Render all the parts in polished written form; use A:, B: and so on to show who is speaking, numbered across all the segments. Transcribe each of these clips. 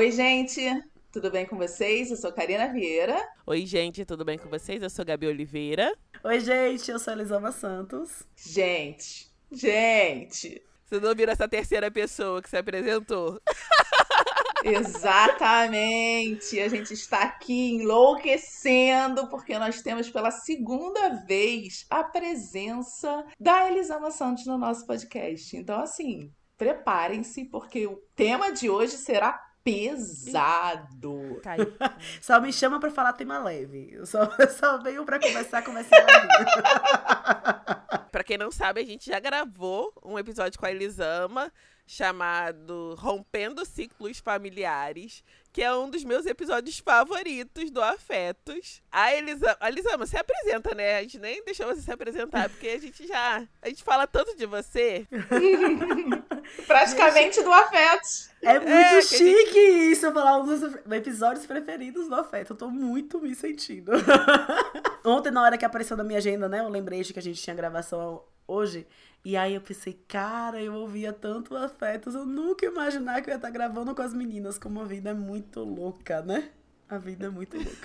A: Oi, gente, tudo bem com vocês? Eu sou Karina Vieira.
B: Oi, gente, tudo bem com vocês? Eu sou Gabi Oliveira.
C: Oi, gente, eu sou a Elisama Santos.
A: Gente,
B: Vocês não viram essa terceira pessoa que se apresentou?
A: exatamente. A gente está aqui enlouquecendo porque nós temos pela segunda vez a presença da Elisama Santos no nosso podcast. Então, assim, preparem-se porque o tema de hoje será pesado.
B: Cai.
C: Só me chama pra falar tema leve. Eu só venho pra conversar levinho.
B: Pra quem não sabe, a gente já gravou um episódio com a Elisama chamado Rompendo Ciclos Familiares, que é um dos meus episódios favoritos do Afetos. A Elisama, se apresenta, né? A gente nem deixou você se apresentar, porque a gente fala tanto de você.
A: Praticamente do afeto.
C: É muito
B: que a
C: chique isso, eu falar um dos episódios preferidos do Afeto. Eu tô muito me sentindo. Ontem, na hora que apareceu na minha agenda, né? Eu lembrei de que a gente tinha gravação hoje. E aí eu pensei, cara, eu ouvia tanto Afetos. Eu nunca ia imaginar que eu ia estar gravando com as meninas. Como a vida é muito louca, né? A vida é muito louca.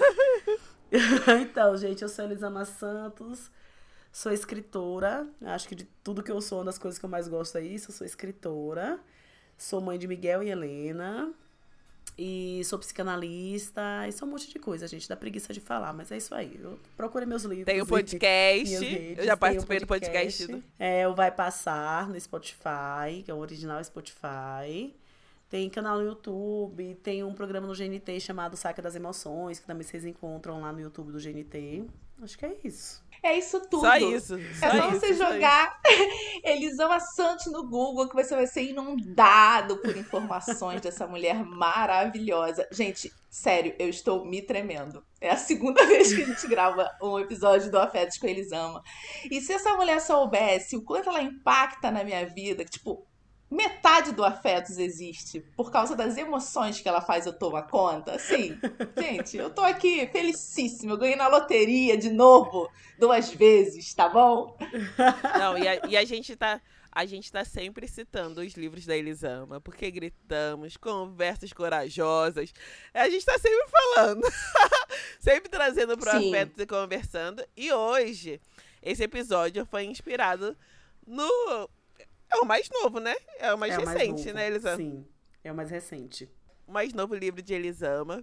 C: Então, gente, eu sou Elisama Santos. Sou escritora. Acho que de tudo que eu sou, uma das coisas que eu mais gosto é isso. Eu sou escritora. Sou mãe de Miguel e Helena. E sou psicanalista. E sou um monte de coisa, gente. Dá preguiça de falar, mas é isso aí. Eu procurei meus livros.
B: Tem o
C: e
B: podcast.
C: minhas redes.
B: Eu já
C: Tem o
B: participei do podcast.
C: É, o Vai Passar no Spotify, que é o original Spotify. Tem canal no YouTube. Tem um programa no GNT chamado Saca das Emoções, que também vocês encontram lá no YouTube do GNT. Acho que é isso.
A: É isso tudo.
B: Só isso.
A: É só você jogar Elisama Santos no Google que você vai ser inundado por informações dessa mulher maravilhosa. Gente, sério, eu estou me tremendo. É a segunda vez que a gente grava um episódio do Afetos com a Elisama. E se essa mulher soubesse o quanto ela impacta na minha vida, que, tipo, metade do Afetos existe por causa das emoções que ela faz eu tomar conta. Assim, gente, eu tô aqui felicíssima. Eu ganhei na loteria de novo, 2 vezes, tá bom?
B: Não, a gente tá sempre citando os livros da Elisama, porque gritamos, conversas corajosas. A gente tá sempre falando, sempre trazendo pro
A: Sim.
B: Afetos e conversando. E hoje, esse episódio foi inspirado no. É o mais novo, né? É o mais
C: É o mais
B: recente,
C: novo.
B: né, Elisama?
C: Sim, é o mais recente.
B: O mais novo livro de Elisama.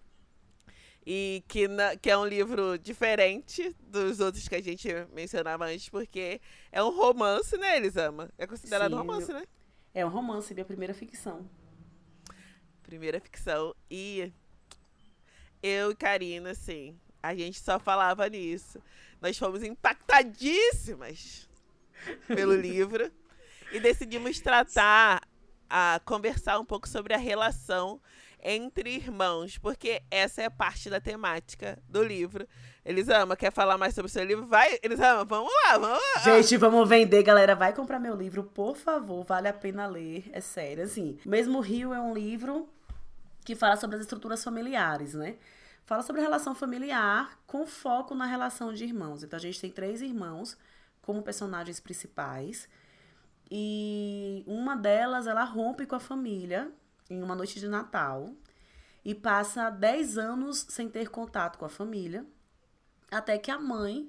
B: E que é um livro diferente dos outros que a gente mencionava antes, porque é um romance, né, Elisama? É considerado um
C: Sim,
B: romance, né?
C: é um romance, minha primeira ficção.
B: Primeira ficção. E eu e Karina, assim, a gente só falava nisso. Nós fomos impactadíssimas pelo livro e decidimos conversar um pouco sobre a relação entre irmãos, porque essa é parte da temática do livro. Elisama, quer falar mais sobre o seu livro? Vai, Elisama, vamos lá.
C: Gente, vamos vender, galera. Vai comprar meu livro, por favor. Vale a pena ler. É sério, assim. Mesmo Rio é um livro que fala sobre as estruturas familiares, né? Fala sobre a relação familiar com foco na relação de irmãos. Então, a gente tem 3 irmãos como personagens principais. E uma delas, ela rompe com a família em uma noite de Natal e passa 10 anos sem ter contato com a família, até que a mãe,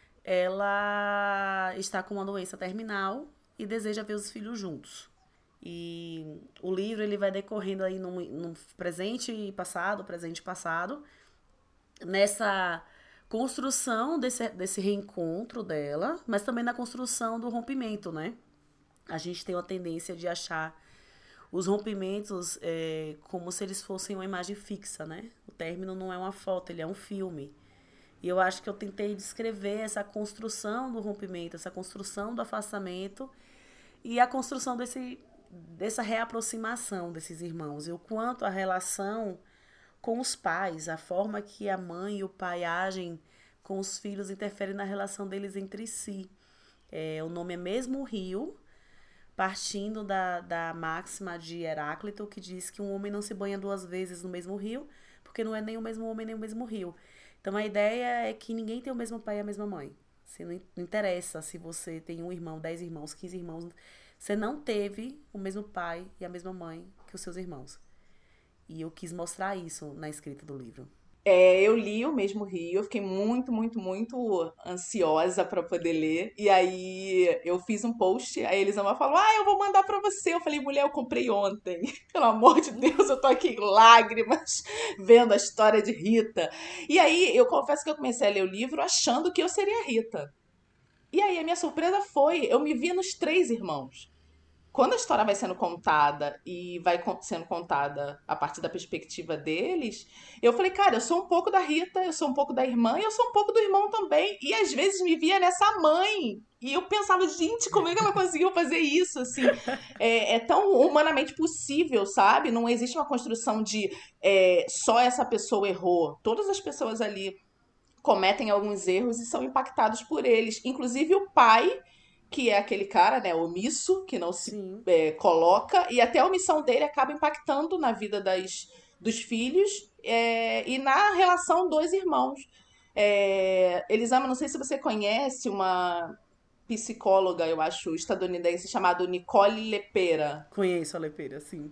C: ela está com uma doença terminal e deseja ver os filhos juntos. E o livro ele vai decorrendo aí num presente e passado, nessa construção desse reencontro dela, mas também na construção do rompimento, né? A gente tem uma tendência de achar os rompimentos como se eles fossem uma imagem fixa, né? O término não é uma foto, ele é um filme. E eu acho que eu tentei descrever essa construção do rompimento, essa construção do afastamento e a construção dessa reaproximação desses irmãos. E o quanto a relação com os pais, a forma que a mãe e o pai agem com os filhos interfere na relação deles entre si. O nome é Mesmo Rio, partindo da máxima de Heráclito, que diz que um homem não se banha 2 vezes no mesmo rio, porque não é nem o mesmo homem nem o mesmo rio. Então a ideia é que ninguém tem o mesmo pai e a mesma mãe. Não interessa se você tem 1 irmão, 10 irmãos, 15 irmãos, você não teve o mesmo pai e a mesma mãe que os seus irmãos. E eu quis mostrar isso na escrita do livro.
A: Eu li o mesmo Rio, eu fiquei muito, muito, muito ansiosa para poder ler. E aí eu fiz um post, a Elisama falou: "Ah, eu vou mandar para você". Eu falei: "Mulher, eu comprei ontem". Pelo amor de Deus, eu tô aqui em lágrimas vendo a história de Rita. E aí eu confesso que eu comecei a ler o livro achando que eu seria a Rita. E aí a minha surpresa foi, eu me vi nos três irmãos. Quando a história vai sendo contada e vai sendo contada a partir da perspectiva deles, eu falei, cara, eu sou um pouco da Rita, eu sou um pouco da irmã e eu sou um pouco do irmão também. E às vezes me via nessa mãe. E eu pensava, gente, como é que ela conseguiu fazer isso? Assim, é tão humanamente possível, sabe? Não existe uma construção de só essa pessoa errou. Todas as pessoas ali cometem alguns erros e são impactados por eles. Inclusive o pai, que é aquele cara, né, omisso, que não se
C: Sim.
A: coloca, e até a omissão dele acaba impactando na vida dos filhos e na relação dos irmãos. Elisama, não sei se você conhece uma psicóloga, eu acho, estadunidense, chamada Nicole Lepera.
C: Conheço a Lepera, sim.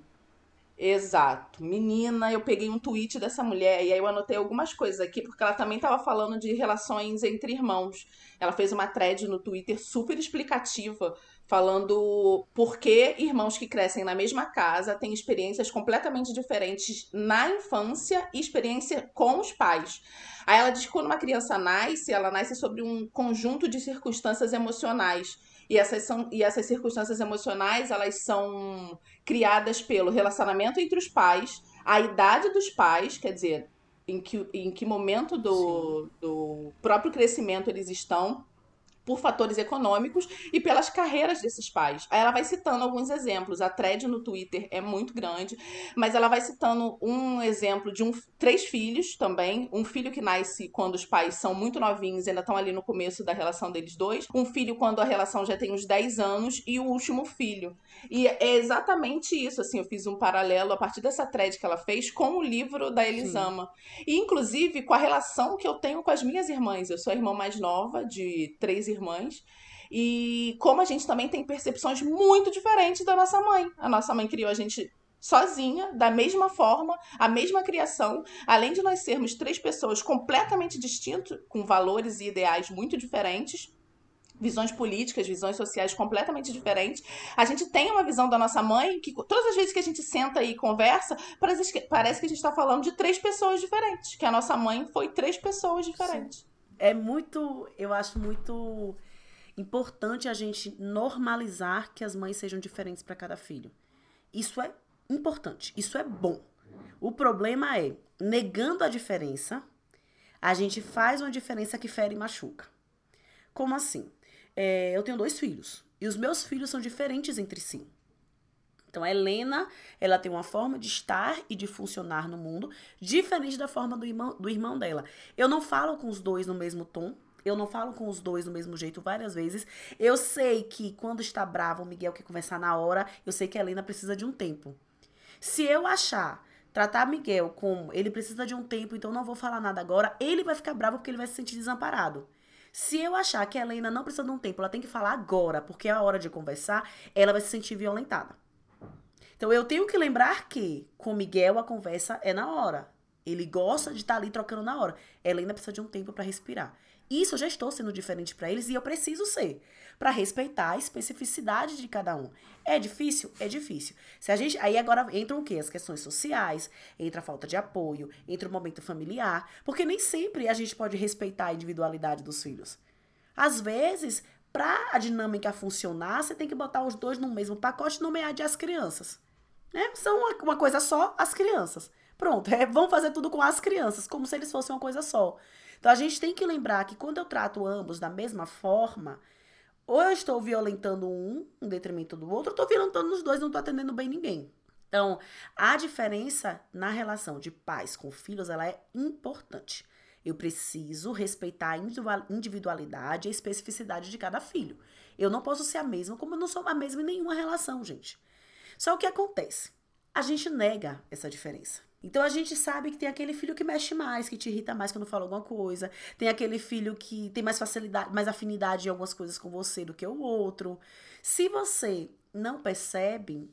A: Exato. Menina, eu peguei um tweet dessa mulher e aí eu anotei algumas coisas aqui, porque ela também estava falando de relações entre irmãos. Ela fez uma thread no Twitter super explicativa, falando por que irmãos que crescem na mesma casa têm experiências completamente diferentes na infância e experiência com os pais. Aí ela diz que quando uma criança nasce, ela nasce sobre um conjunto de circunstâncias emocionais. E essas circunstâncias emocionais, elas são criadas pelo relacionamento entre os pais, a idade dos pais, quer dizer, em que momento
C: Sim.
A: do próprio crescimento eles estão, por fatores econômicos e pelas carreiras desses pais. Aí ela vai citando alguns exemplos. A thread no Twitter é muito grande, mas ela vai citando um exemplo de três filhos também. Um filho que nasce quando os pais são muito novinhos, ainda estão ali no começo da relação deles dois. Um filho quando a relação já tem uns 10 anos e o último filho. E é exatamente isso, assim, eu fiz um paralelo a partir dessa thread que ela fez com o livro da
C: Sim.
A: Elisama. E, inclusive, com a relação que eu tenho com as minhas irmãs. Eu sou a irmã mais nova de 3 irmãs. E como a gente também tem percepções muito diferentes da nossa mãe. A nossa mãe criou a gente sozinha, da mesma forma, a mesma criação. Além de nós sermos três pessoas completamente distintas, com valores e ideais muito diferentes, visões políticas, visões sociais completamente diferentes. A gente tem uma visão da nossa mãe que todas as vezes que a gente senta e conversa, parece que a gente está falando de três pessoas diferentes, que a nossa mãe foi três pessoas
C: Sim.
A: diferentes.
C: Eu acho muito importante a gente normalizar que as mães sejam diferentes para cada filho. Isso é importante, isso é bom. O problema é, negando a diferença, a gente faz uma diferença que fere e machuca. Como assim? Eu tenho 2 filhos. E os meus filhos são diferentes entre si. Então, a Helena, ela tem uma forma de estar e de funcionar no mundo diferente da forma do irmão dela. Eu não falo com os dois no mesmo tom. Eu não falo com os dois do mesmo jeito várias vezes. Eu sei que quando está bravo, o Miguel quer conversar na hora. Eu sei que a Helena precisa de um tempo. Se eu tratar Miguel como ele precisa de um tempo, então não vou falar nada agora, ele vai ficar bravo porque ele vai se sentir desamparado. Se eu achar que a Helena não precisa de um tempo, ela tem que falar agora, porque é a hora de conversar, ela vai se sentir violentada. Então eu tenho que lembrar que com Miguel a conversa é na hora. Ele gosta de estar ali trocando na hora. Ela ainda precisa de um tempo para respirar. Isso eu já estou sendo diferente para eles e eu preciso ser, para respeitar a especificidade de cada um. É difícil? É difícil. Aí agora entram o quê? As questões sociais, entra a falta de apoio, entra o momento familiar, porque nem sempre a gente pode respeitar a individualidade dos filhos. Às vezes, para a dinâmica funcionar, você tem que botar os dois no mesmo pacote e nomear de as crianças. São uma coisa só, as crianças. Pronto, vamos fazer tudo com as crianças, como se eles fossem uma coisa só. Então a gente tem que lembrar que quando eu trato ambos da mesma forma, ou eu estou violentando um em detrimento do outro, ou estou violentando os dois, não estou atendendo bem ninguém. Então, a diferença na relação de pais com filhos, ela é importante. Eu preciso respeitar a individualidade e a especificidade de cada filho. Eu não posso ser a mesma, como eu não sou a mesma em nenhuma relação, gente. Só o que acontece? A gente nega essa diferença. Então a gente sabe que tem aquele filho que mexe mais, que te irrita mais quando fala alguma coisa. Tem aquele filho que tem mais facilidade, mais afinidade em algumas coisas com você do que o outro. Se você não percebe,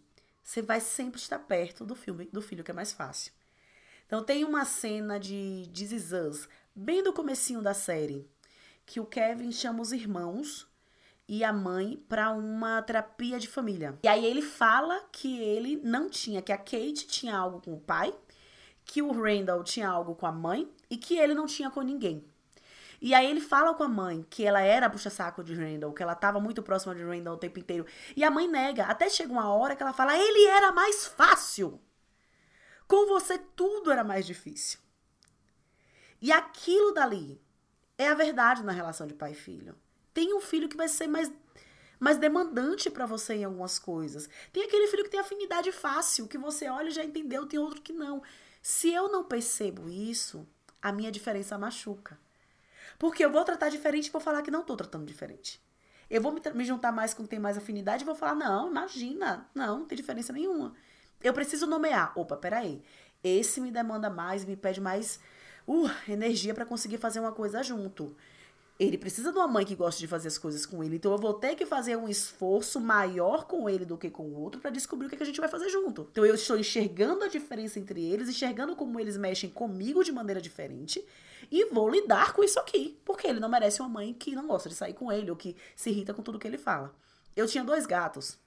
C: você vai sempre estar perto do filho, que é mais fácil. Então tem uma cena de This Is Us, bem do comecinho da série, que o Kevin chama os irmãos e a mãe para uma terapia de família. E aí ele fala que ele não tinha, que a Kate tinha algo com o pai, que o Randall tinha algo com a mãe e que ele não tinha com ninguém. E aí ele fala com a mãe que ela era puxa-saco de Randall, que ela tava muito próxima de Randall o tempo inteiro. E a mãe nega, até chega uma hora que ela fala, ele era mais fácil. Com você tudo era mais difícil. E aquilo dali é a verdade na relação de pai e filho. Tem um filho que vai ser mais demandante pra você em algumas coisas. Tem aquele filho que tem afinidade fácil, que você olha e já entendeu, tem outro que não. Se eu não percebo isso, a minha diferença machuca. Porque eu vou tratar diferente e vou falar que não tô tratando diferente. Eu vou me juntar mais com quem tem mais afinidade e vou falar, não, imagina, não tem diferença nenhuma. Eu preciso nomear. Opa, peraí. Esse me demanda mais, me pede mais energia pra conseguir fazer uma coisa junto. Ele precisa de uma mãe que goste de fazer as coisas com ele. Então eu vou ter que fazer um esforço maior com ele do que com o outro pra descobrir o que a gente vai fazer junto. Então eu estou enxergando a diferença entre eles, enxergando como eles mexem comigo de maneira diferente e vou lidar com isso aqui. Porque ele não merece uma mãe que não gosta de sair com ele ou que se irrita com tudo que ele fala. Eu tinha 2 gatos.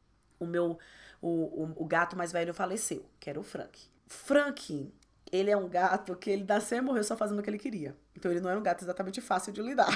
C: O gato mais velho faleceu, que era o Frank. Frank, ele é um gato que ele nasceu e morreu só fazendo o que ele queria. Então ele não era um gato exatamente fácil de lidar.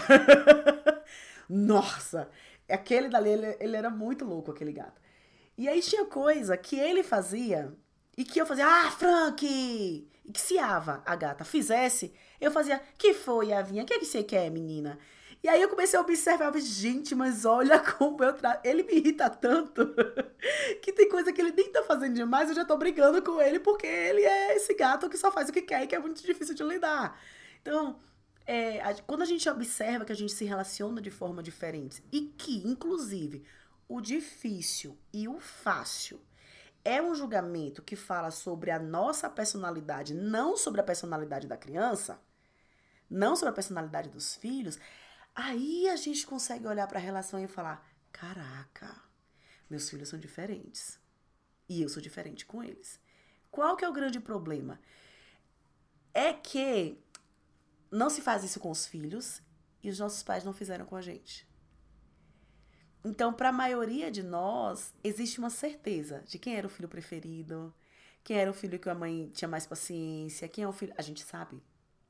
C: Nossa, aquele dali, ele era muito louco, aquele gato. E aí tinha coisa que ele fazia e que eu fazia, Frank! E que se a gata fizesse, eu fazia, que foi, Avinha? O que é que você quer, menina? E aí eu comecei a observar, gente, mas olha como eu trato. Ele me irrita tanto que tem coisa que ele nem tá fazendo demais, eu já tô brigando com ele porque ele é esse gato que só faz o que quer e que é muito difícil de lidar. Então, quando a gente observa que a gente se relaciona de forma diferente e que, inclusive, o difícil e o fácil é um julgamento que fala sobre a nossa personalidade, não sobre a personalidade da criança, não sobre a personalidade dos filhos, aí a gente consegue olhar para a relação e falar, caraca, meus filhos são diferentes e eu sou diferente com eles. Qual que é o grande problema? É que não se faz isso com os filhos e os nossos pais não fizeram com a gente. Então, para a maioria de nós, existe uma certeza de quem era o filho preferido, quem era o filho que a mãe tinha mais paciência, quem é o filho... A gente sabe,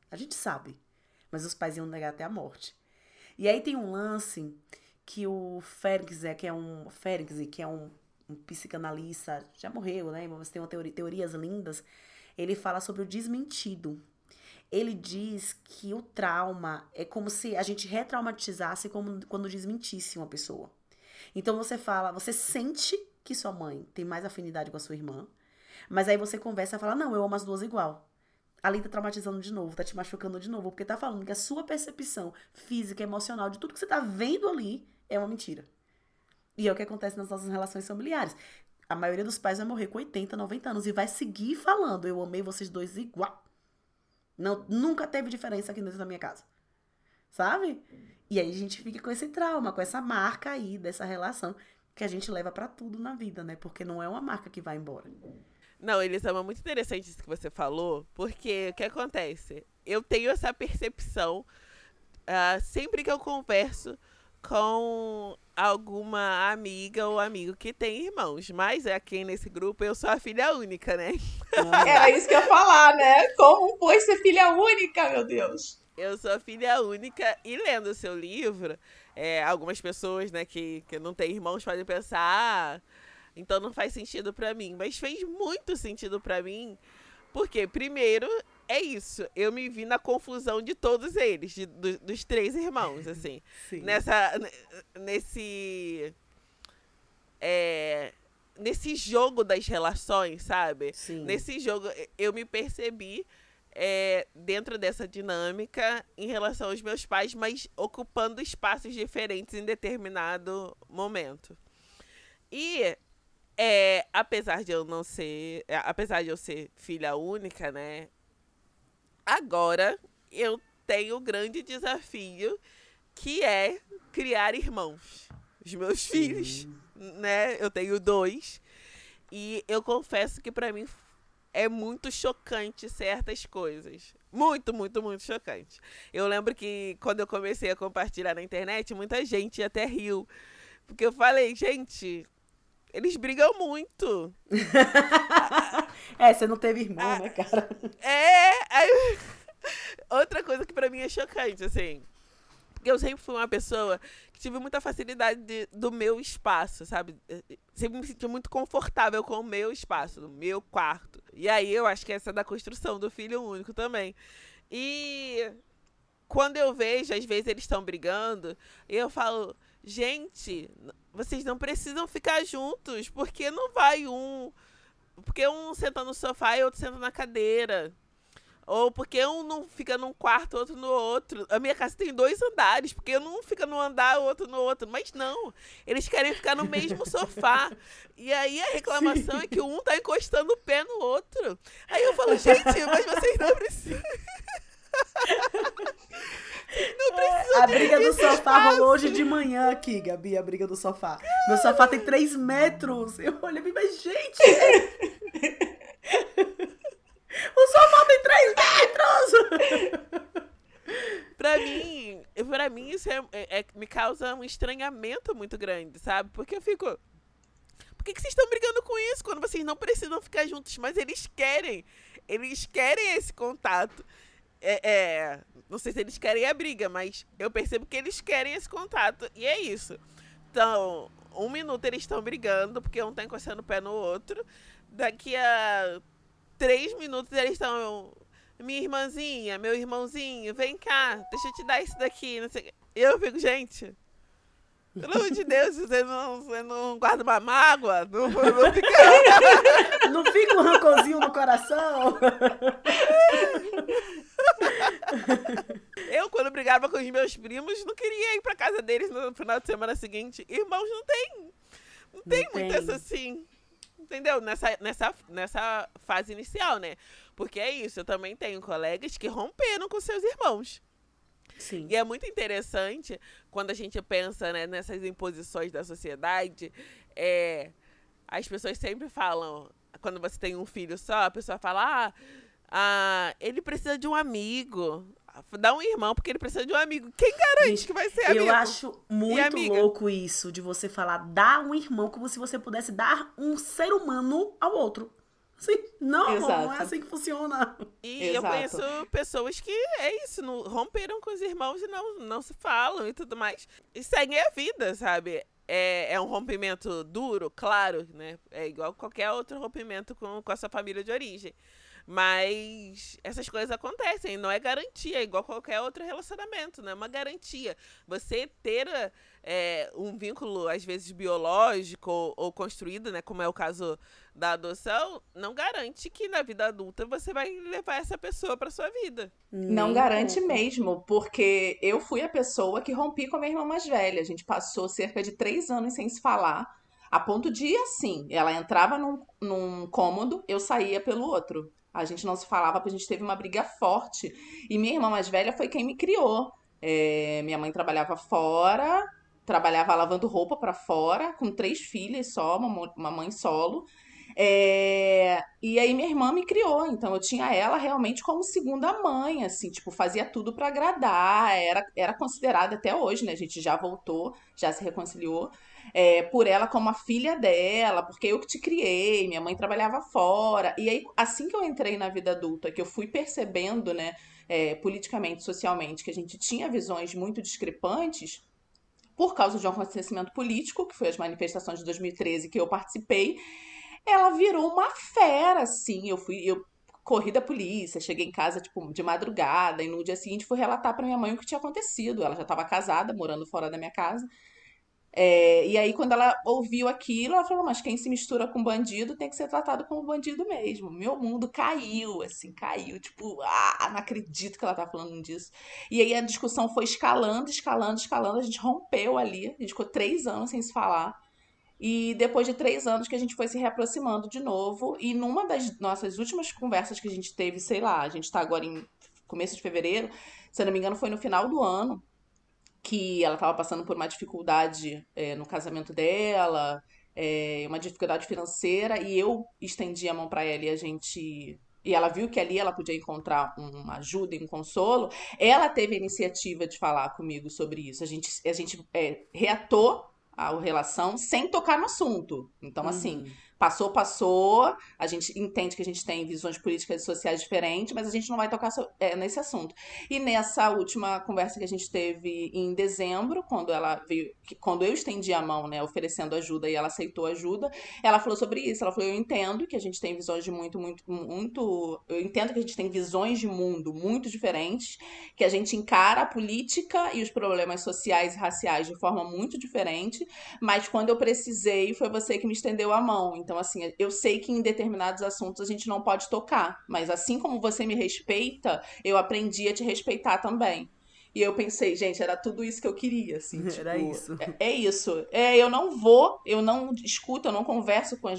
C: mas os pais iam negar até a morte. E aí tem um lance que o Félix, que é um psicanalista, já morreu, né? Mas tem teorias lindas. Ele fala sobre o desmentido. Ele diz que o trauma é como se a gente retraumatizasse quando desmentisse uma pessoa. Então você sente que sua mãe tem mais afinidade com a sua irmã, mas aí você conversa e fala, não, eu amo as duas igual. Ali tá traumatizando de novo, tá te machucando de novo, porque tá falando que a sua percepção física, emocional, de tudo que você tá vendo ali, é uma mentira. E é o que acontece nas nossas relações familiares. A maioria dos pais vai morrer com 80, 90 anos e vai seguir falando, eu amei vocês dois igual. Não, nunca teve diferença aqui dentro da minha casa. Sabe? E aí a gente fica com esse trauma, com essa marca aí dessa relação que a gente leva pra tudo na vida, né? Porque não é uma marca que vai embora.
B: Não, Elisama, é muito interessante isso que você falou, porque o que acontece? Eu tenho essa percepção sempre que eu converso com alguma amiga ou amigo que tem irmãos, mas aqui nesse grupo eu sou a filha única, né?
A: Era isso que eu ia falar, né? Como foi ser filha única, meu Deus?
B: Eu sou a filha única e lendo o seu livro, algumas pessoas, né, que não têm irmãos podem pensar, então não faz sentido pra mim, mas fez muito sentido pra mim, porque primeiro é isso, eu me vi na confusão de todos eles, dos 3 irmãos, assim, nesse jogo das relações, sabe?
C: Sim.
B: Nesse jogo eu me percebi dentro dessa dinâmica em relação aos meus pais, mas ocupando espaços diferentes em determinado momento. E apesar de eu ser filha única, né? Agora eu tenho o grande desafio que é criar irmãos. Os meus filhos, né? Eu tenho 2. E eu confesso que pra mim é muito chocante certas coisas. Muito, muito, muito chocante. Eu lembro que quando eu comecei a compartilhar na internet, muita gente até riu. Porque eu falei, gente, eles brigam muito.
C: Você não teve irmão, né, cara?
B: Outra coisa que pra mim é chocante, assim. Porque eu sempre fui uma pessoa que tive muita facilidade do meu espaço, sabe? Sempre me senti muito confortável com o meu espaço, no meu quarto. E aí eu acho que essa é da construção do filho único também. E quando eu vejo, às vezes eles estão brigando, eu falo, gente, vocês não precisam ficar juntos, porque não vai um. Porque um senta no sofá e outro senta na cadeira. Ou porque um não fica num quarto, outro no outro. A minha casa tem 2 andares, porque um fica no andar, o outro no outro. Mas não, eles querem ficar no mesmo sofá. E aí a reclamação é que um tá encostando o pé no outro. Aí eu falo, gente, mas vocês não precisam. Não precisam
C: A briga do sofá rolou hoje de manhã aqui, Gabi, a briga do sofá. Meu sofá tem 3 metros. Eu olhei e mas gente... O sofá tem 3 metros!
B: Pra mim isso me causa um estranhamento muito grande, sabe? Porque eu fico... Por que vocês estão brigando com isso quando vocês não precisam ficar juntos? Mas eles querem esse contato. Não sei se eles querem a briga, mas eu percebo que eles querem esse contato. E é isso. Então, 1 minuto eles estão brigando, porque um tá encostando o pé no outro. Daqui a 3 minutos eles estão... Minha irmãzinha, meu irmãozinho, vem cá, deixa eu te dar isso daqui. Não sei. Eu fico, gente... Pelo amor de Deus, você não guarda uma mágoa? Não fica...
C: Não fica um rancorzinho no coração?
B: Eu, quando brigava com os meus primos, não queria ir pra casa deles no final de semana seguinte. Irmãos não tem muito essa assim... Entendeu? Nessa fase inicial, né? Porque é isso, eu também tenho colegas que romperam com seus irmãos.
C: Sim.
B: E é muito interessante quando a gente pensa, né, nessas imposições da sociedade. As pessoas sempre falam, quando você tem um filho só, a pessoa fala, ele precisa de um amigo. Dá um irmão porque ele precisa de um amigo. Quem garante, gente, que vai ser amigo?
C: Eu acho muito louco isso, de você falar, dar um irmão, como se você pudesse dar um ser humano ao outro. Assim, não é assim que funciona.
B: E eu conheço pessoas que romperam com os irmãos e não se falam e tudo mais. E seguem a vida, sabe? É um rompimento duro, claro, né? É igual qualquer outro rompimento com a sua família de origem. Mas essas coisas acontecem, não é garantia, é igual qualquer outro relacionamento, não é uma garantia. Você ter um vínculo, às vezes, biológico ou construído, né, como é o caso da adoção, não garante que na vida adulta você vai levar essa pessoa para sua vida.
A: Não garante mesmo, porque eu fui a pessoa que rompi com a minha irmã mais velha. A gente passou cerca de 3 anos sem se falar, a ponto de, assim, ela entrava num cômodo, eu saía pelo outro. A gente não se falava porque a gente teve uma briga forte. E minha irmã mais velha foi quem me criou. Minha mãe trabalhava fora, trabalhava lavando roupa pra fora, com 3 filhas só, uma mãe solo. E aí minha irmã me criou, então eu tinha ela realmente como segunda mãe, assim, tipo, fazia tudo pra agradar, era considerada até hoje, né? A gente já voltou, já se reconciliou. Por ela como a filha dela, porque eu que te criei, minha mãe trabalhava fora. E aí, assim que eu entrei na vida adulta, que eu fui percebendo, né, politicamente, socialmente, que a gente tinha visões muito discrepantes, por causa de um acontecimento político, que foi as manifestações de 2013 que eu participei, ela virou uma fera, assim. Eu corri da polícia, cheguei em casa, tipo, de madrugada, e no dia seguinte fui relatar pra minha mãe o que tinha acontecido. Ela já estava casada, morando fora da minha casa. E aí, quando ela ouviu aquilo, ela falou, mas quem se mistura com bandido tem que ser tratado como bandido mesmo. Meu mundo caiu, assim, caiu. Tipo, não acredito que ela tá falando disso. E aí a discussão foi escalando, escalando, escalando. A gente rompeu ali, a gente ficou 3 anos sem se falar. E depois de 3 anos que a gente foi se reaproximando de novo. E numa das nossas últimas conversas que a gente teve, sei lá, a gente tá agora em começo de fevereiro, se eu não me engano foi no final do ano, que ela estava passando por uma dificuldade no casamento dela, uma dificuldade financeira, e eu estendi a mão para ela e ela viu que ali ela podia encontrar uma ajuda e um consolo, ela teve a iniciativa de falar comigo sobre isso. A gente reatou a relação sem tocar no assunto. Então, assim,
C: Uhum.
A: passou, a gente entende que a gente tem visões políticas e sociais diferentes, mas a gente não vai tocar nesse assunto. E nessa última conversa que a gente teve em dezembro, quando ela veio, quando eu estendi a mão, né, oferecendo ajuda e ela aceitou ajuda, ela falou sobre isso. Ela falou: eu entendo que a gente tem visões de eu entendo que a gente tem visões de mundo muito diferentes, que a gente encara a política e os problemas sociais e raciais de forma muito diferente, mas quando eu precisei, foi você que me estendeu a mão. Então, assim, eu sei que em determinados assuntos a gente não pode tocar, mas assim como você me respeita, eu aprendi a te respeitar também. E eu pensei, gente, era tudo isso que eu queria, assim,
C: Era
A: tipo,
C: isso.
A: é isso. Eu não escuto, eu não converso com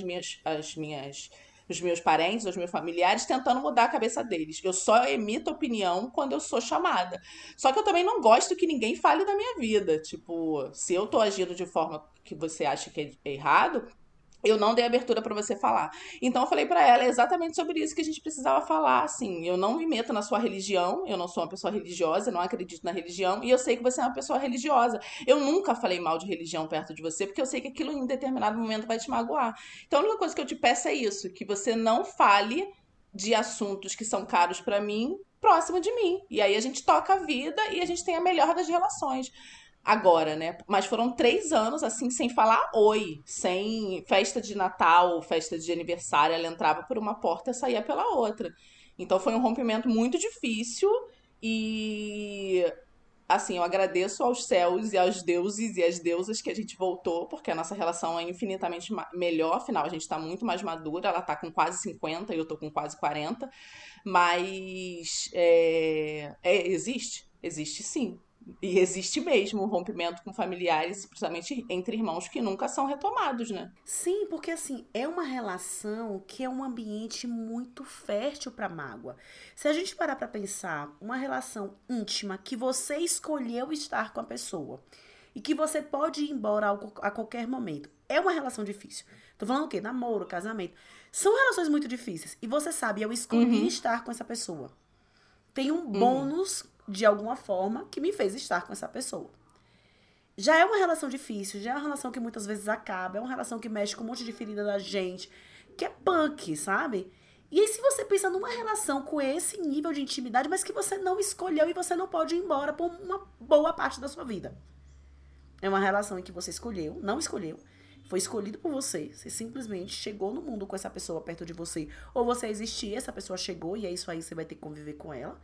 A: os meus parentes, os meus familiares, tentando mudar a cabeça deles. Eu só emito opinião quando eu sou chamada. Só que eu também não gosto que ninguém fale da minha vida. Tipo, se eu tô agindo de forma que você acha que é errado, eu não dei abertura pra você falar. Então eu falei pra ela exatamente sobre isso que a gente precisava falar, assim. Eu não me meto na sua religião, eu não sou uma pessoa religiosa, não acredito na religião, e eu sei que você é uma pessoa religiosa. Eu nunca falei mal de religião perto de você, porque eu sei que aquilo em determinado momento vai te magoar. Então a única coisa que eu te peço é isso, que você não fale de assuntos que são caros pra mim próximo de mim. E aí a gente toca a vida e a gente tem a melhor das relações agora, né? Mas foram 3 anos, assim, sem falar oi, sem festa de Natal, festa de aniversário. Ela entrava por uma porta e saía pela outra. Então foi um rompimento muito difícil e, assim, eu agradeço aos céus e aos deuses e às deusas que a gente voltou, porque a nossa relação é infinitamente melhor, afinal, a gente tá muito mais madura, ela tá com quase 50 e eu tô com quase 40, mas existe sim. E existe mesmo um rompimento com familiares, principalmente entre irmãos que nunca são retomados, né?
C: Sim, porque assim, é uma relação que é um ambiente muito fértil para mágoa. Se a gente parar para pensar, uma relação íntima que você escolheu estar com a pessoa e que você pode ir embora a qualquer momento, é uma relação difícil. Tô falando o quê? Namoro, casamento. São relações muito difíceis. E você sabe, eu escolhi
A: Uhum,
C: estar com essa pessoa. Tem um
A: uhum,
C: bônus, de alguma forma, que me fez estar com essa pessoa. Já é uma relação difícil, já é uma relação que muitas vezes acaba, é uma relação que mexe com um monte de ferida da gente, que é punk, sabe? E aí, se você pensa numa relação com esse nível de intimidade, mas que você não escolheu e você não pode ir embora por uma boa parte da sua vida. É uma relação em que você escolheu, não escolheu, foi escolhido por você. Você simplesmente chegou no mundo com essa pessoa perto de você. Ou você existia, essa pessoa chegou e é isso aí, você vai ter que conviver com ela.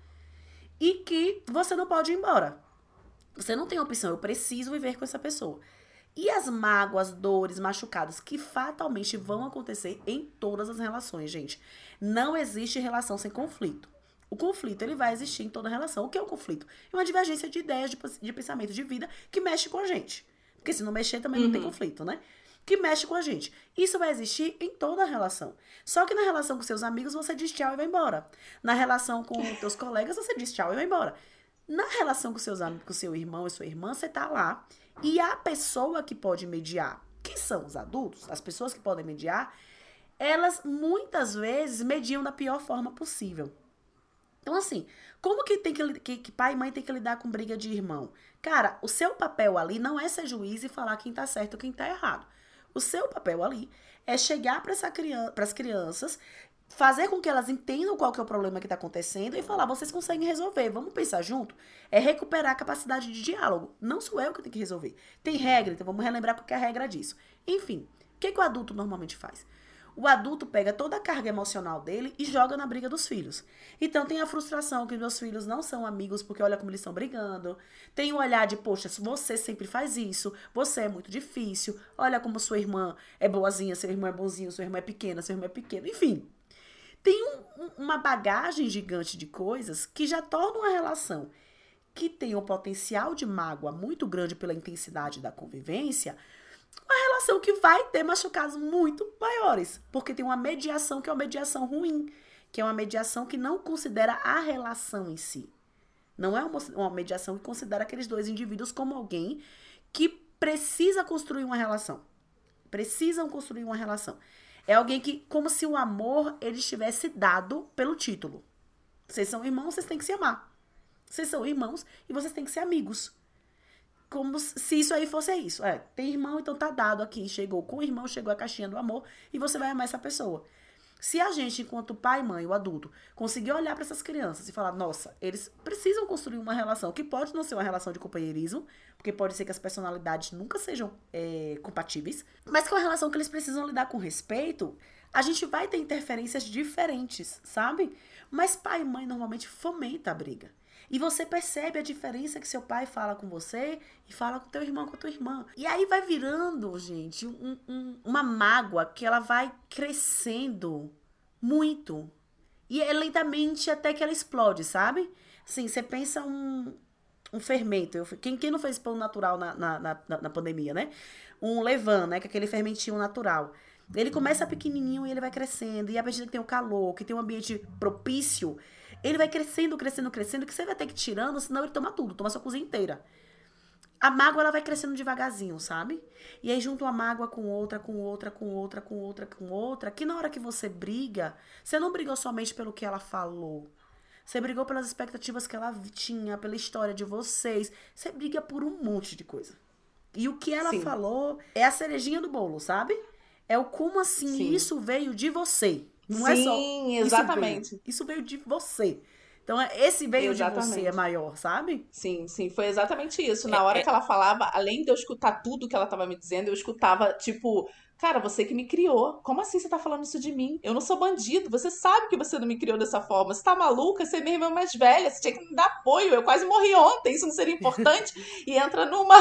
C: E que você não pode ir embora. Você não tem opção, eu preciso viver com essa pessoa. E as mágoas, dores, machucados que fatalmente vão acontecer em todas as relações, gente. Não existe relação sem conflito. O conflito, ele vai existir em toda relação. O que é o conflito? É uma divergência de ideias, de pensamento, de vida que mexe com a gente. Porque se não mexer, também não tem
A: uhum.
C: conflito, né? Que mexe com a gente. Isso vai existir em toda relação. Só que na relação com seus amigos, você diz tchau e vai embora. Na relação com teus colegas, você diz tchau e vai embora. Na relação com seus amigos, com seu irmão e sua irmã, você tá lá. E a pessoa que pode mediar, que são os adultos, as pessoas que podem mediar, elas muitas vezes mediam da pior forma possível. Então, assim, como que tem que pai e mãe tem que lidar com briga de irmão? Cara, o seu papel ali não é ser juiz e falar quem tá certo e quem tá errado. O seu papel ali é chegar para as crianças, fazer com que elas entendam qual que é o problema que está acontecendo e falar, vocês conseguem resolver, vamos pensar junto? É recuperar a capacidade de diálogo. Não sou eu que tenho que resolver. Tem regra, então vamos relembrar qual que é a regra disso. Enfim, o que o adulto normalmente faz? O adulto pega toda a carga emocional dele e joga na briga dos filhos. Então tem a frustração que meus filhos não são amigos porque olha como eles estão brigando. Tem o olhar de, poxa, você sempre faz isso, você é muito difícil, olha como sua irmã é boazinha, seu irmão é bonzinho, sua irmã é pequena, seu irmão é pequeno. Enfim, tem uma bagagem gigante de coisas que já tornam a relação que tem um potencial de mágoa muito grande pela intensidade da convivência, uma relação que vai ter machucados muito maiores, porque tem uma mediação que é uma mediação ruim, que é uma mediação que não considera a relação em si. Não é uma mediação que considera aqueles dois indivíduos como alguém que precisa construir uma relação. precisam construir uma relação. É alguém que, como se o amor, ele estivesse dado pelo título. Vocês são irmãos, vocês têm que se amar. Vocês são irmãos e vocês têm que ser amigos. Como se isso aí fosse isso. Tem irmão, então tá dado aqui. Chegou com o irmão, chegou a caixinha do amor e você vai amar essa pessoa. Se a gente, enquanto pai, mãe, o adulto, conseguir olhar para essas crianças e falar, nossa, eles precisam construir uma relação que pode não ser uma relação de companheirismo, porque pode ser que as personalidades nunca sejam compatíveis, mas que é uma relação que eles precisam lidar com respeito, a gente vai ter interferências diferentes, sabe? Mas pai e mãe normalmente fomenta a briga. E você percebe a diferença que seu pai fala com você e fala com teu irmão, com a tua irmã. E aí vai virando, gente, uma mágoa que ela vai crescendo muito. E é lentamente até que ela explode, sabe? Assim, você pensa um fermento. Quem não fez pão natural na pandemia, né? Um levain, né? Que é aquele fermentinho natural. Ele começa pequenininho e ele vai crescendo. E a medida que tem o calor, que tem um ambiente propício, ele vai crescendo, crescendo, crescendo, que você vai ter que ir tirando, senão ele toma tudo, toma sua cozinha inteira. A mágoa, ela vai crescendo devagarzinho, sabe? E aí junto uma mágoa com outra, com outra, com outra, com outra, com outra, que na hora que você briga, você não brigou somente pelo que ela falou. Você brigou pelas expectativas que ela tinha, pela história de vocês. Você briga por um monte de coisa. E o que ela falou é a cerejinha do bolo, sabe? É o como assim isso veio de você. Não é só.
A: Sim, exatamente.
C: Isso veio de você. Então, esse veio de você é maior, sabe?
A: Sim, foi exatamente isso. Na hora que ela falava, além de eu escutar tudo que ela tava me dizendo, eu escutava, tipo, cara, você que me criou. Como assim você tá falando isso de mim? Eu não sou bandido. Você sabe que você não me criou dessa forma. Você tá maluca? Você é minha irmã mais velha. Você tinha que me dar apoio. Eu quase morri ontem. Isso não seria importante? E entrou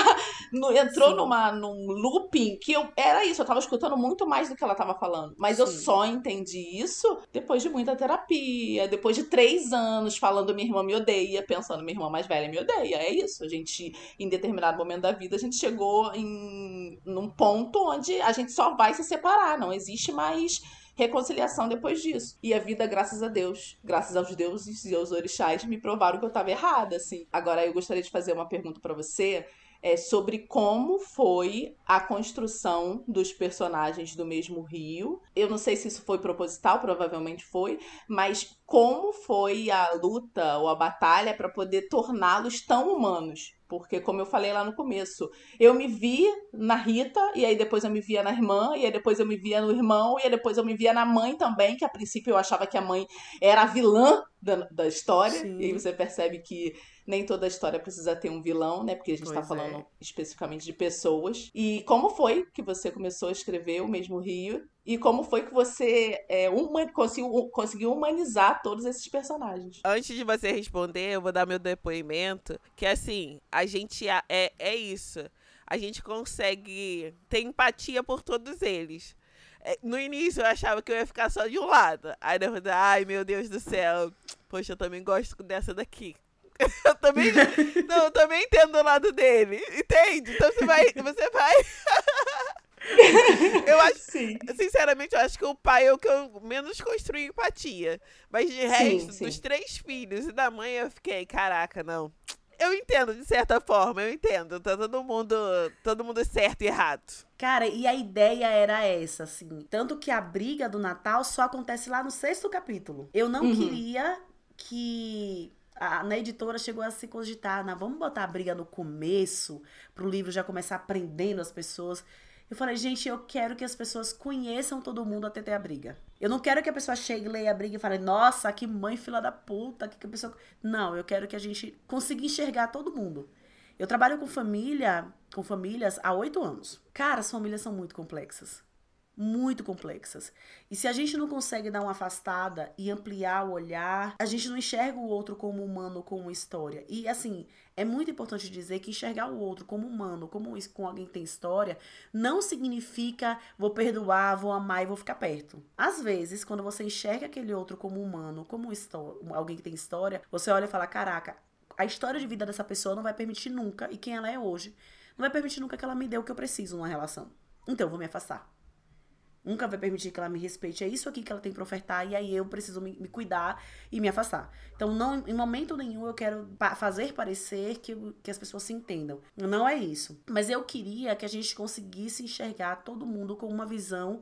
A: num looping que era isso. Eu tava escutando muito mais do que ela tava falando. Mas eu só entendi isso depois de muita terapia. Depois de 3 anos falando minha irmã me odeia. Pensando minha irmã mais velha me odeia. É isso. A gente, em determinado momento da vida, a gente chegou num ponto onde a gente só vai se separar, não existe mais reconciliação depois disso. E a vida, graças a Deus, graças aos deuses e aos orixás, me provaram que eu tava errada, assim. Agora, eu gostaria de fazer uma pergunta pra você, sobre como foi a construção dos personagens do mesmo Rio. Eu não sei se isso foi proposital, provavelmente foi, mas como foi a luta ou a batalha para poder torná-los tão humanos? Porque, como eu falei lá no começo, eu me vi na Rita, e aí depois eu me via na irmã, e aí depois eu me via no irmão, e aí depois eu me via na mãe também, que a princípio eu achava que a mãe era a vilã da história. Sim. E aí você percebe que nem toda história precisa ter um vilão, né? Porque a gente tá falando especificamente de pessoas. E como foi que você começou a escrever O Mesmo Rio? E como foi que você conseguiu humanizar todos esses personagens?
B: Antes de você responder, eu vou dar meu depoimento. Que assim, a gente é isso. A gente consegue ter empatia por todos eles. No início eu achava que eu ia ficar só de um lado. Aí depois, ai meu Deus do céu. Poxa, eu também gosto dessa daqui. Eu também entendo o lado dele. Entende? Então você vai. Eu acho, sinceramente, eu acho que o pai é o que eu menos construí empatia. Mas de resto, dos 3 filhos e da mãe, eu fiquei, caraca, não. Eu entendo, de certa forma, eu entendo. Tá todo mundo certo e errado.
C: Cara, e a ideia era essa, assim. Tanto que a briga do Natal só acontece lá no 6º capítulo. Eu não queria que... Na editora chegou a se cogitar, vamos botar a briga no começo, pro livro já começar aprendendo as pessoas. Eu falei, gente, eu quero que as pessoas conheçam todo mundo até ter a briga. Eu não quero que a pessoa chegue, leia a briga e fale, nossa, que mãe filha da puta, que a pessoa... Não, eu quero que a gente consiga enxergar todo mundo. Eu trabalho com famílias há 8 anos. Cara, as famílias são muito complexas. Muito complexas. E se a gente não consegue dar uma afastada e ampliar o olhar, a gente não enxerga o outro como humano, como história. E assim, é muito importante dizer que enxergar o outro como humano, como com alguém que tem história, não significa vou perdoar, vou amar e vou ficar perto. Às vezes, quando você enxerga aquele outro como humano, como alguém que tem história, você olha e fala, caraca, a história de vida dessa pessoa não vai permitir nunca, e quem ela é hoje, não vai permitir nunca que ela me dê o que eu preciso numa relação. Então eu vou me afastar. Nunca vai permitir que ela me respeite. É isso aqui que ela tem pra ofertar. E aí eu preciso me cuidar e me afastar. Então, não, em momento nenhum eu quero fazer parecer que as pessoas se entendam. Não é isso. Mas eu queria que a gente conseguisse enxergar todo mundo com uma visão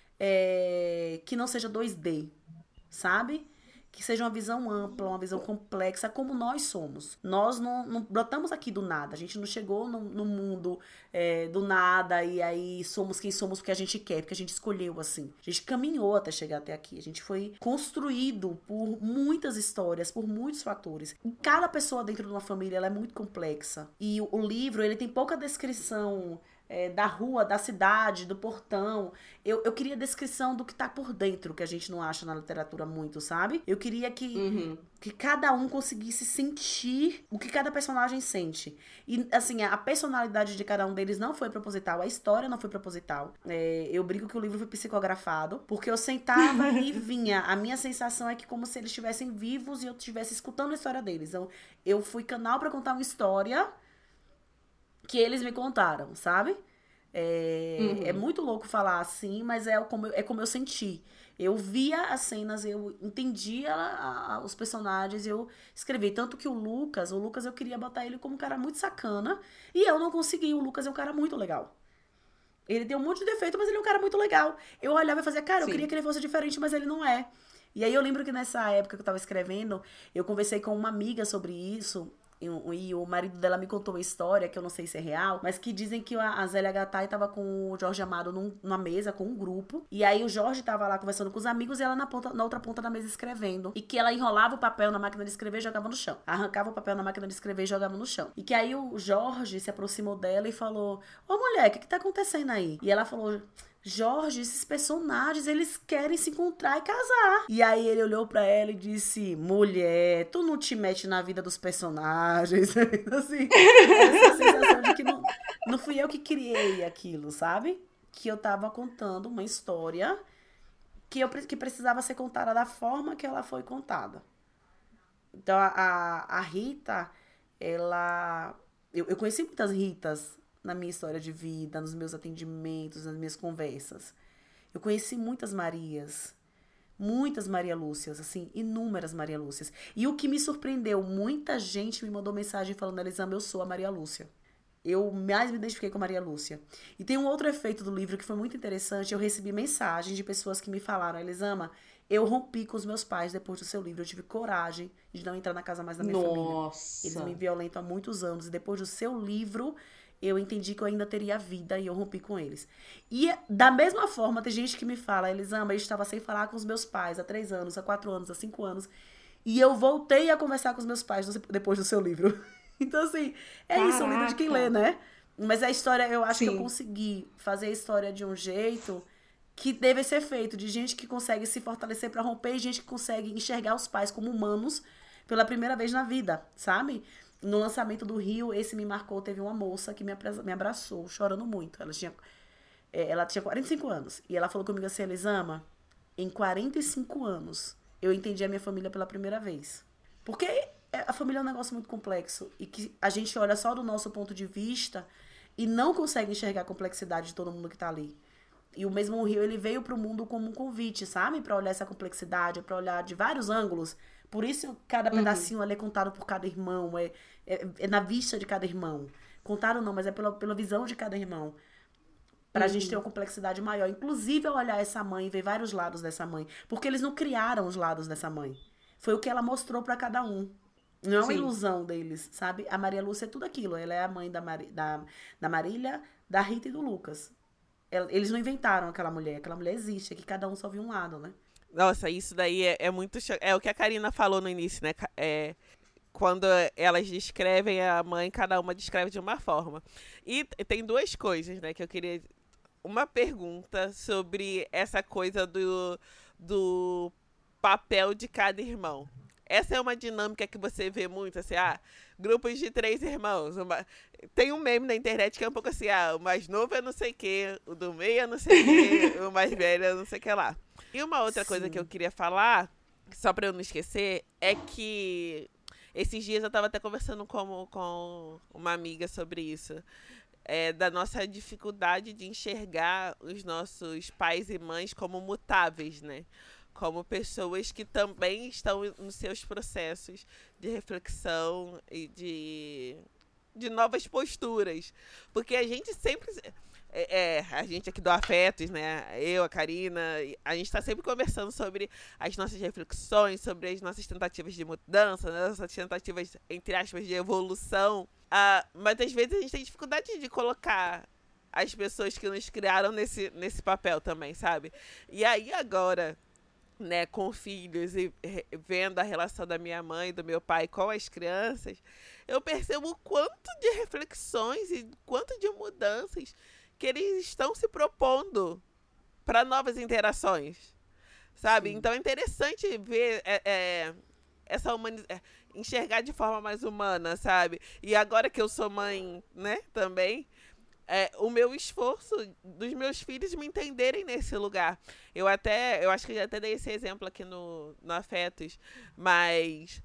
C: que não seja 2D, sabe? Que seja uma visão ampla, uma visão complexa, como nós somos. Nós não brotamos aqui do nada. A gente não chegou no mundo do nada e aí somos quem somos porque a gente quer, porque a gente escolheu assim. A gente caminhou até chegar até aqui. A gente foi construído por muitas histórias, por muitos fatores. E cada pessoa dentro de uma família ela é muito complexa. E o livro ele tem pouca descrição da rua, da cidade, do portão. Eu queria descrição do que tá por dentro, que a gente não acha na literatura muito, sabe? Eu queria que cada um conseguisse sentir o que cada personagem sente. E, assim, a personalidade de cada um deles não foi proposital, a história não foi proposital. Eu brinco que o livro foi psicografado, porque eu sentava e vinha. A minha sensação é que como se eles estivessem vivos e eu estivesse escutando a história deles. Então, eu fui canal pra contar uma história que eles me contaram, sabe? É muito louco falar assim, mas é como eu senti. Eu via as cenas, eu entendia os personagens, eu escrevi. Tanto que o Lucas eu queria botar ele como um cara muito sacana, e eu não consegui. O Lucas é um cara muito legal. Ele tem um monte de defeito, mas ele é um cara muito legal. Eu olhava e fazia, cara, eu queria que ele fosse diferente, mas ele não é. E aí eu lembro que nessa época que eu tava escrevendo, eu conversei com uma amiga sobre isso, e o marido dela me contou uma história, que eu não sei se é real, mas que dizem que a Zélia Gattai tava com o Jorge Amado numa mesa, com um grupo, e aí o Jorge tava lá conversando com os amigos e ela na outra ponta da mesa escrevendo, e que ela enrolava o papel na máquina de escrever e jogava no chão, arrancava o papel na máquina de escrever e jogava no chão, e que aí o Jorge se aproximou dela e falou, ô mulher, o que tá acontecendo aí? E ela falou, Jorge, esses personagens, eles querem se encontrar e casar. E aí ele olhou pra ela e disse, mulher, tu não te mete na vida dos personagens. Assim, essa sensação de que não fui eu que criei aquilo, sabe? Que eu tava contando uma história que precisava ser contada da forma que ela foi contada. Então a Rita, ela... Eu conheci muitas Ritas na minha história de vida, nos meus atendimentos, nas minhas conversas. Eu conheci muitas Marias, muitas Maria Lúcias, assim, inúmeras Maria Lúcias. E o que me surpreendeu, muita gente me mandou mensagem falando, Elisama, eu sou a Maria Lúcia. Eu mais me identifiquei com a Maria Lúcia. E tem um outro efeito do livro que foi muito interessante, eu recebi mensagens de pessoas que me falaram, Elisama, eu rompi com os meus pais depois do seu livro, eu tive coragem de não entrar na casa mais da minha família. Eles me violentam há muitos anos, e depois do seu livro... eu entendi que eu ainda teria vida e eu rompi com eles. E da mesma forma, tem gente que me fala, Elisama, eu estava sem falar com os meus pais há 3 anos, há 4 anos, há 5 anos, e eu voltei a conversar com os meus pais depois do seu livro. Então, assim, isso, o livro de quem lê, né? Mas a história, eu acho que eu consegui fazer a história de um jeito que deve ser feito, de gente que consegue se fortalecer para romper e gente que consegue enxergar os pais como humanos pela primeira vez na vida, sabe? No lançamento do Rio, esse me marcou, teve uma moça que me abraçou, chorando muito. Ela tinha 45 anos. E ela falou comigo assim, Elisama, em 45 anos, eu entendi a minha família pela primeira vez. Porque a família é um negócio muito complexo. E que a gente olha só do nosso ponto de vista e não consegue enxergar a complexidade de todo mundo que tá ali. E o mesmo Rio, ele veio pro mundo como um convite, sabe? Pra olhar essa complexidade, pra olhar de vários ângulos. Por isso, cada pedacinho ali é contado por cada irmão, é na vista de cada irmão. Contado não, mas é pela visão de cada irmão. Pra gente ter uma complexidade maior. Inclusive, ao olhar essa mãe e ver vários lados dessa mãe. Porque eles não criaram os lados dessa mãe. Foi o que ela mostrou pra cada um. Não é uma ilusão deles, sabe? A Maria Lúcia é tudo aquilo. Ela é a mãe da Marília, da Rita e do Lucas. Eles não inventaram aquela mulher. Aquela mulher existe, é que cada um só viu um lado, né?
B: Nossa, isso daí é muito... É o que a Karina falou no início, né? Quando elas descrevem a mãe, cada uma descreve de uma forma. E tem 2 coisas, né? Que eu queria... Uma pergunta sobre essa coisa do papel de cada irmão. Essa é uma dinâmica que você vê muito, assim, grupos de 3 irmãos. Tem um meme na internet que é um pouco assim, o mais novo é não sei o quê, o do meio é não sei o quê, o mais velho é não sei o que lá. E uma outra coisa que eu queria falar, só pra eu não esquecer, é que esses dias eu tava até conversando com uma amiga sobre isso. da nossa dificuldade de enxergar os nossos pais e mães como mutáveis, né? Como pessoas que também estão nos seus processos de reflexão e de novas posturas. Porque a gente sempre. A gente aqui do Afetos, né? Eu, a Karina, a gente está sempre conversando sobre as nossas reflexões, sobre as nossas tentativas de mudança, né? Nossas tentativas, entre aspas, de evolução. Mas às vezes a gente tem dificuldade de colocar as pessoas que nos criaram nesse papel também, sabe? E aí agora, né, com filhos e vendo a relação da minha mãe e do meu pai com as crianças, eu percebo o quanto de reflexões e quanto de mudanças que eles estão se propondo para novas interações, sabe?
C: Sim.
B: Então é interessante ver essa enxergar de forma mais humana, sabe? E agora que eu sou mãe, né, também, o meu esforço dos meus filhos me entenderem nesse lugar. Eu acho que eu até dei esse exemplo aqui no Afetos, mas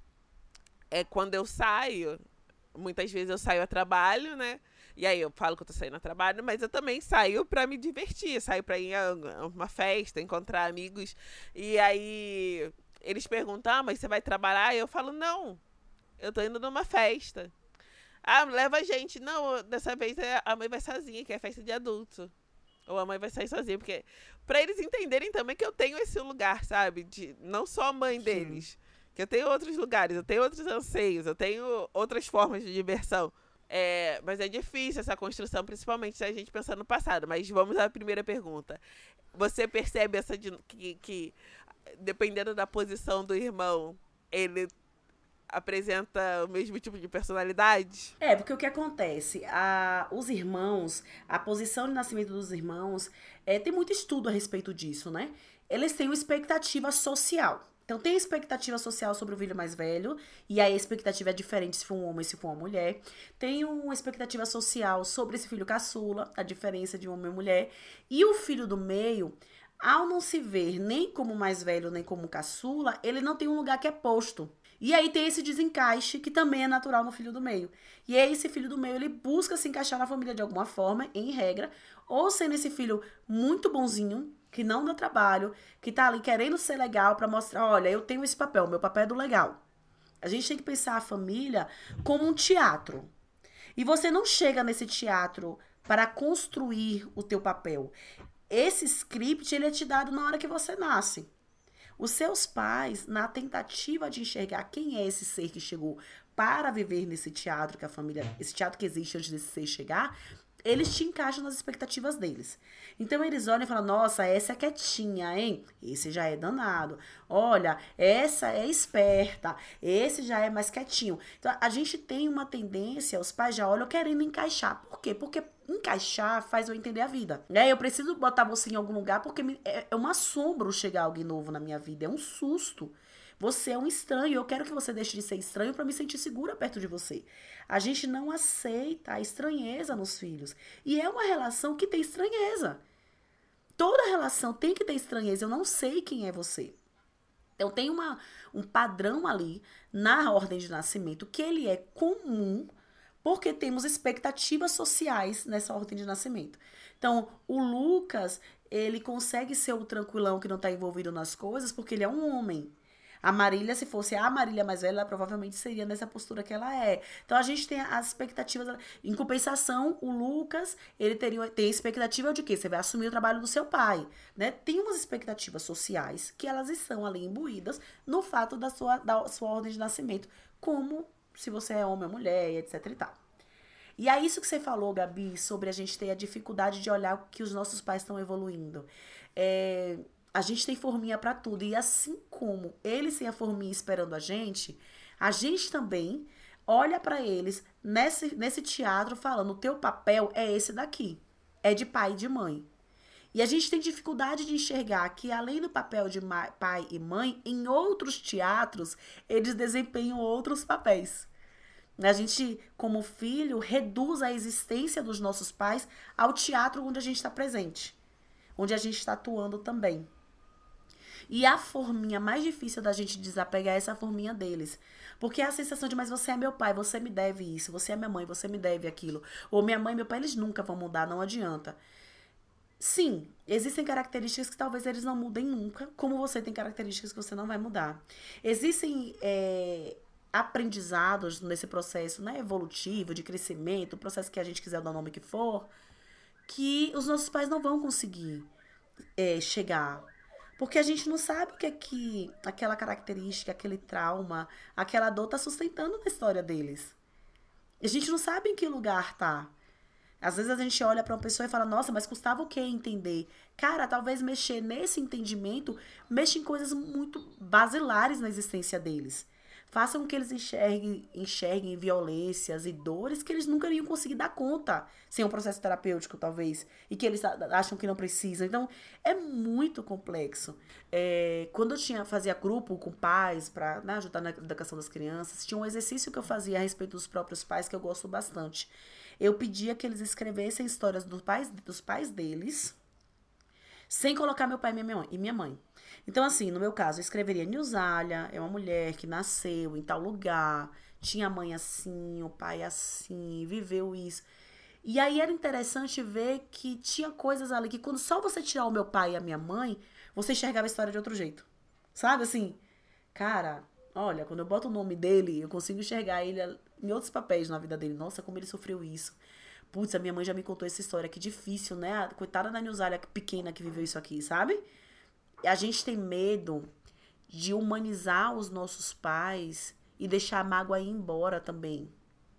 B: quando eu saio, muitas vezes eu saio a trabalho, né? E aí eu falo que eu tô saindo a trabalho, mas eu também saio pra me divertir, saio pra ir a uma festa, encontrar amigos. E aí eles perguntam, mas você vai trabalhar? E eu falo, não, eu tô indo numa festa. Leva a gente. Não, dessa vez a mãe vai sozinha, que é festa de adulto. Ou a mãe vai sair sozinha, porque pra eles entenderem também que eu tenho esse lugar, sabe? De não só a mãe deles, que eu tenho outros lugares, eu tenho outros anseios, eu tenho outras formas de diversão. Mas é difícil essa construção, principalmente se a gente pensar no passado. Mas vamos à primeira pergunta. Você percebe que dependendo da posição do irmão, ele apresenta o mesmo tipo de personalidade?
C: Porque o que acontece? Os irmãos, a posição de nascimento dos irmãos, tem muito estudo a respeito disso, né? Eles têm uma expectativa social. Então, tem expectativa social sobre o filho mais velho, e aí a expectativa é diferente se for um homem e se for uma mulher. Tem uma expectativa social sobre esse filho caçula, a diferença de homem e mulher. E o filho do meio, ao não se ver nem como mais velho, nem como caçula, ele não tem um lugar que é posto. E aí tem esse desencaixe que também é natural no filho do meio. E aí esse filho do meio, ele busca se encaixar na família de alguma forma, em regra, ou sendo esse filho muito bonzinho, que não dá trabalho, que tá ali querendo ser legal pra mostrar, olha, eu tenho esse papel, meu papel é do legal. A gente tem que pensar a família como um teatro. E você não chega nesse teatro para construir o teu papel. Esse script, ele é te dado na hora que você nasce. Os seus pais, na tentativa de enxergar quem é esse ser que chegou para viver nesse teatro que a família, esse teatro que existe antes desse ser chegar, eles te encaixam nas expectativas deles. Então eles olham e falam, nossa, essa é quietinha, hein? Esse já é danado. Olha, essa é esperta. Esse já é mais quietinho. Então a gente tem uma tendência, os pais já olham querendo encaixar. Por quê? Porque encaixar faz eu entender a vida. Eu preciso botar você em algum lugar porque é um assombro chegar alguém novo na minha vida. É um susto. Você é um estranho, eu quero que você deixe de ser estranho para me sentir segura perto de você. A gente não aceita a estranheza nos filhos. E é uma relação que tem estranheza. Toda relação tem que ter estranheza. Eu não sei quem é você. Então tem um padrão ali na ordem de nascimento que ele é comum porque temos expectativas sociais nessa ordem de nascimento. Então, o Lucas, ele consegue ser o tranquilão que não está envolvido nas coisas porque ele é um homem. A Marília, se fosse a Marília mais velha, ela provavelmente seria nessa postura que ela é. Então, a gente tem as expectativas. Em compensação, o Lucas, ele tem a expectativa de quê? Você vai assumir o trabalho do seu pai, né? Tem umas expectativas sociais que elas estão ali imbuídas no fato da sua ordem de nascimento, como se você é homem ou mulher, etc e tal. E é isso que você falou, Gabi, sobre a gente ter a dificuldade de olhar que os nossos pais estão evoluindo. A gente tem forminha pra tudo. E assim como eles têm a forminha esperando a gente também olha pra eles nesse teatro falando, o teu papel é esse daqui. É de pai e de mãe. E a gente tem dificuldade de enxergar que, além do papel de pai e mãe, em outros teatros, eles desempenham outros papéis. A gente, como filho, reduz a existência dos nossos pais ao teatro onde a gente está presente. Onde a gente está atuando também. E a forminha mais difícil da gente desapegar é essa forminha deles. Porque é a sensação de, mas você é meu pai, você me deve isso, você é minha mãe, você me deve aquilo. Ou minha mãe e meu pai, eles nunca vão mudar, não adianta. Sim, existem características que talvez eles não mudem nunca, como você tem características que você não vai mudar. Existem aprendizados nesse processo, né, evolutivo, de crescimento, o processo que a gente quiser dar o nome que for, que os nossos pais não vão conseguir chegar. Porque a gente não sabe o que é que aquela característica, aquele trauma, aquela dor tá sustentando na história deles. A gente não sabe em que lugar tá. Às vezes a gente olha pra uma pessoa e fala, nossa, mas custava o quê entender? Cara, talvez mexer nesse entendimento mexa em coisas muito basilares na existência deles. Façam que eles enxerguem violências e dores que eles nunca iriam conseguir dar conta sem um processo terapêutico, talvez. E que eles acham que não precisam. Então, é muito complexo. Quando eu fazia grupo com pais para ajudar na educação das crianças, tinha um exercício que eu fazia a respeito dos próprios pais que eu gosto bastante. Eu pedia que eles escrevessem histórias dos pais deles, sem colocar meu pai e minha mãe. Então, assim, no meu caso, eu escreveria Nilzália é uma mulher que nasceu em tal lugar, tinha a mãe assim, o pai assim, viveu isso. E aí era interessante ver que tinha coisas ali que quando só você tirar o meu pai e a minha mãe, você enxergava a história de outro jeito. Sabe, assim, cara, olha, quando eu boto o nome dele, eu consigo enxergar ele em outros papéis na vida dele. Nossa, como ele sofreu isso. Putz, a minha mãe já me contou essa história, que difícil, né? Coitada da Nilzália pequena que viveu isso aqui, sabe? A gente tem medo de humanizar os nossos pais e deixar a mágoa ir embora também,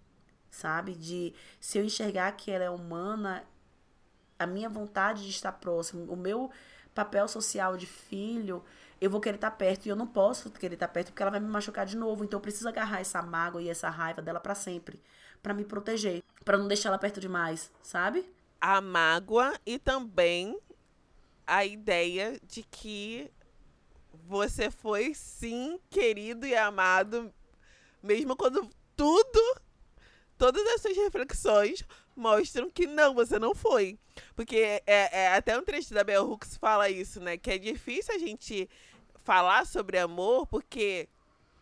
C: sabe? Se eu enxergar que ela é humana, a minha vontade de estar próximo, o meu papel social de filho, eu vou querer estar perto e eu não posso querer estar perto porque ela vai me machucar de novo. Então eu preciso agarrar essa mágoa e essa raiva dela pra sempre, pra me proteger, pra não deixar ela perto demais, sabe?
B: A mágoa e também a ideia de que você foi, sim, querido e amado, mesmo quando todas as suas reflexões mostram que não, você não foi. Porque até um trecho da Bell Hooks fala isso, né? Que é difícil a gente falar sobre amor, porque...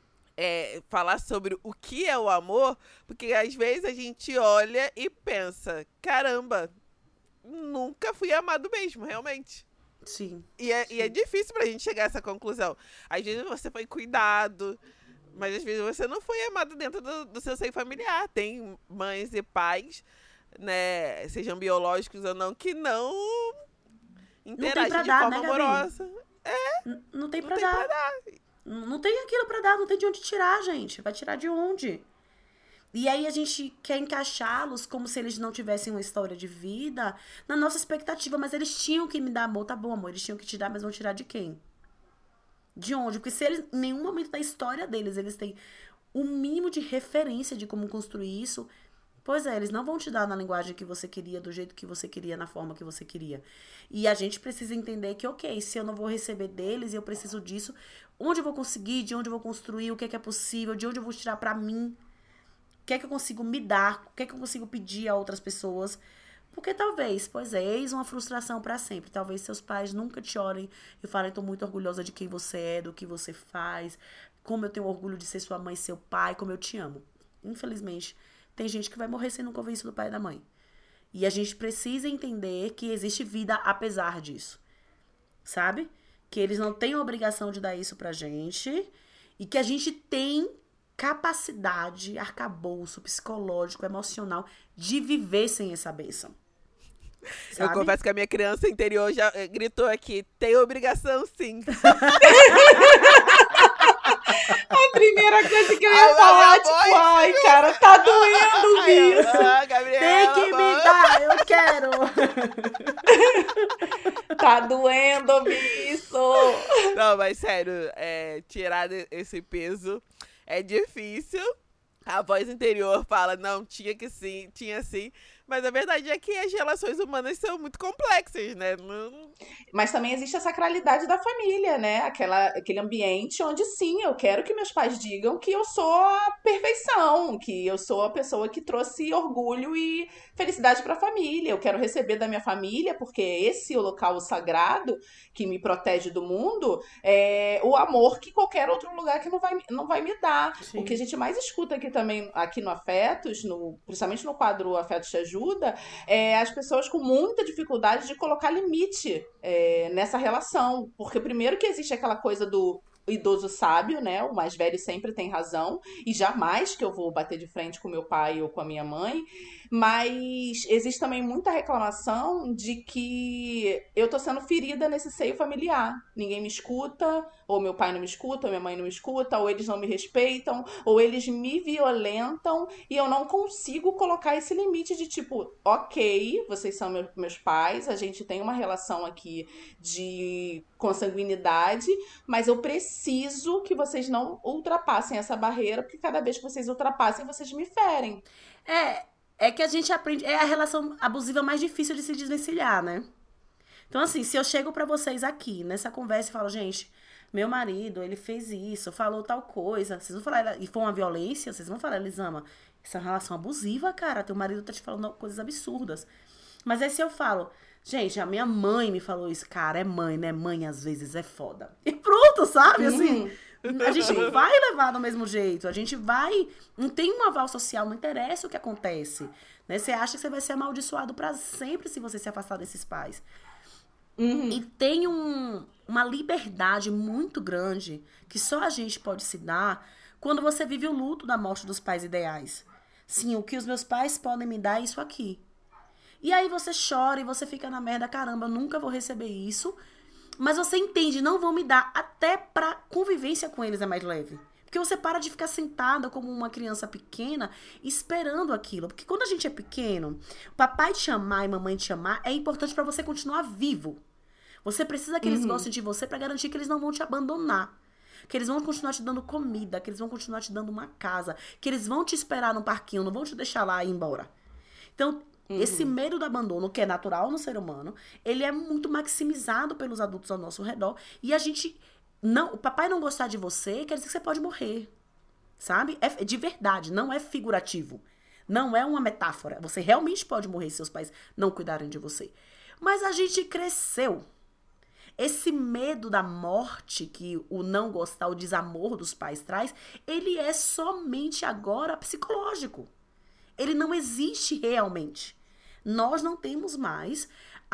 B: falar sobre o que é o amor, porque às vezes a gente olha e pensa, caramba, nunca fui amado mesmo, realmente.
C: Sim.
B: E é difícil pra gente chegar a essa conclusão. Às vezes você foi cuidado, mas às vezes você não foi amado dentro do seu seio familiar. Tem mães e pais, né, sejam biológicos ou não, que não interagem de forma amorosa.
C: Não tem pra dar. Não tem aquilo pra dar, não tem de onde tirar, gente. Vai tirar de onde? E aí a gente quer encaixá-los como se eles não tivessem uma história de vida na nossa expectativa, mas eles tinham que me dar amor, tá bom, amor, eles tinham que te dar, mas vão tirar de quem? De onde? Porque se eles, em nenhum momento da história deles, eles têm o mínimo de referência de como construir isso, pois eles não vão te dar na linguagem que você queria, do jeito que você queria, na forma que você queria. E a gente precisa entender que, ok, se eu não vou receber deles e eu preciso disso, onde eu vou conseguir, de onde eu vou construir, o que é possível, de onde eu vou tirar pra mim, o que é que eu consigo me dar, o que é que eu consigo pedir a outras pessoas. Porque talvez, eis uma frustração pra sempre. Talvez seus pais nunca te olhem e falem, tô muito orgulhosa de quem você é, do que você faz, como eu tenho orgulho de ser sua mãe e seu pai, como eu te amo. Infelizmente, tem gente que vai morrer sem nunca ouvir isso do pai e da mãe. E a gente precisa entender que existe vida apesar disso. Sabe? Que eles não têm a obrigação de dar isso pra gente. E que a gente tem capacidade, arcabouço psicológico, emocional, de viver sem essa bênção.
B: Sabe? Eu confesso que a minha criança interior já gritou aqui, tem obrigação sim.
A: A primeira coisa que eu ia falar, tipo, ai, cara, tá doendo isso.
C: Tem que me dar, eu quero.
A: Tá doendo isso.
B: Não, mas sério, tirar esse peso é difícil. A voz interior fala, não, tinha sim, Mas a verdade é que as relações humanas são muito complexas, né?
A: Mas também existe a sacralidade da família, né? Aquele ambiente onde, sim, eu quero que meus pais digam que eu sou a perfeição, que eu sou a pessoa que trouxe orgulho e felicidade para a família. Eu quero receber da minha família, porque esse é o local sagrado que me protege do mundo, é o amor que qualquer outro lugar que não vai me dar.
C: Sim.
A: O que a gente mais escuta aqui também, aqui no Afetos, principalmente no quadro Afetos Te Ajuda, as pessoas com muita dificuldade de colocar limite nessa relação. Porque primeiro que existe aquela coisa do idoso sábio, né? O mais velho sempre tem razão. E jamais que eu vou bater de frente com meu pai ou com a minha mãe. Mas existe também muita reclamação de que eu tô sendo ferida nesse seio familiar. Ninguém me escuta, ou meu pai não me escuta, ou minha mãe não me escuta, ou eles não me respeitam, ou eles me violentam, e eu não consigo colocar esse limite de tipo, ok, vocês são meus pais, a gente tem uma relação aqui de consanguinidade, mas eu preciso que vocês não ultrapassem essa barreira, porque cada vez que vocês ultrapassem, vocês me ferem.
C: É que a gente aprende. É a relação abusiva mais difícil de se desvencilhar, né? Então, assim, se eu chego pra vocês aqui, nessa conversa, e falo, gente, meu marido, ele fez isso, falou tal coisa. Vocês vão falar, e foi uma violência, vocês vão falar, Elisama, isso é uma relação abusiva, cara. Teu marido tá te falando coisas absurdas. Mas aí se eu falo, gente, a minha mãe me falou isso, cara, é mãe, né? Mãe às vezes é foda. E pronto, sabe? Assim. A gente não vai levar do mesmo jeito. A gente vai... Não tem um aval social, não interessa o que acontece. Né? Você acha que você vai ser amaldiçoado pra sempre se você se afastar desses pais. E tem uma liberdade muito grande que só a gente pode se dar quando você vive o luto da morte dos pais ideais. Sim, o que os meus pais podem me dar é isso aqui. E aí você chora e você fica na merda, caramba, eu nunca vou receber isso. Mas você entende, não vão me dar. Até pra convivência com eles é mais leve. Porque você para de ficar sentada como uma criança pequena esperando aquilo. Porque quando a gente é pequeno, papai te amar e mamãe te amar é importante pra você continuar vivo. Você precisa que eles gostem de você pra garantir que eles não vão te abandonar. Que eles vão continuar te dando comida, que eles vão continuar te dando uma casa, que eles vão te esperar no parquinho, não vão te deixar lá e ir embora. Então... Esse medo do abandono, que é natural no ser humano, ele é muito maximizado pelos adultos ao nosso redor. E a gente... não, o papai não gostar de você quer dizer que você pode morrer. Sabe? É de verdade, não é figurativo. Não é uma metáfora. Você realmente pode morrer se seus pais não cuidarem de você. Mas a gente cresceu. Esse medo da morte que o não gostar, o desamor dos pais traz, ele é somente agora psicológico. Ele não existe realmente. Nós não temos mais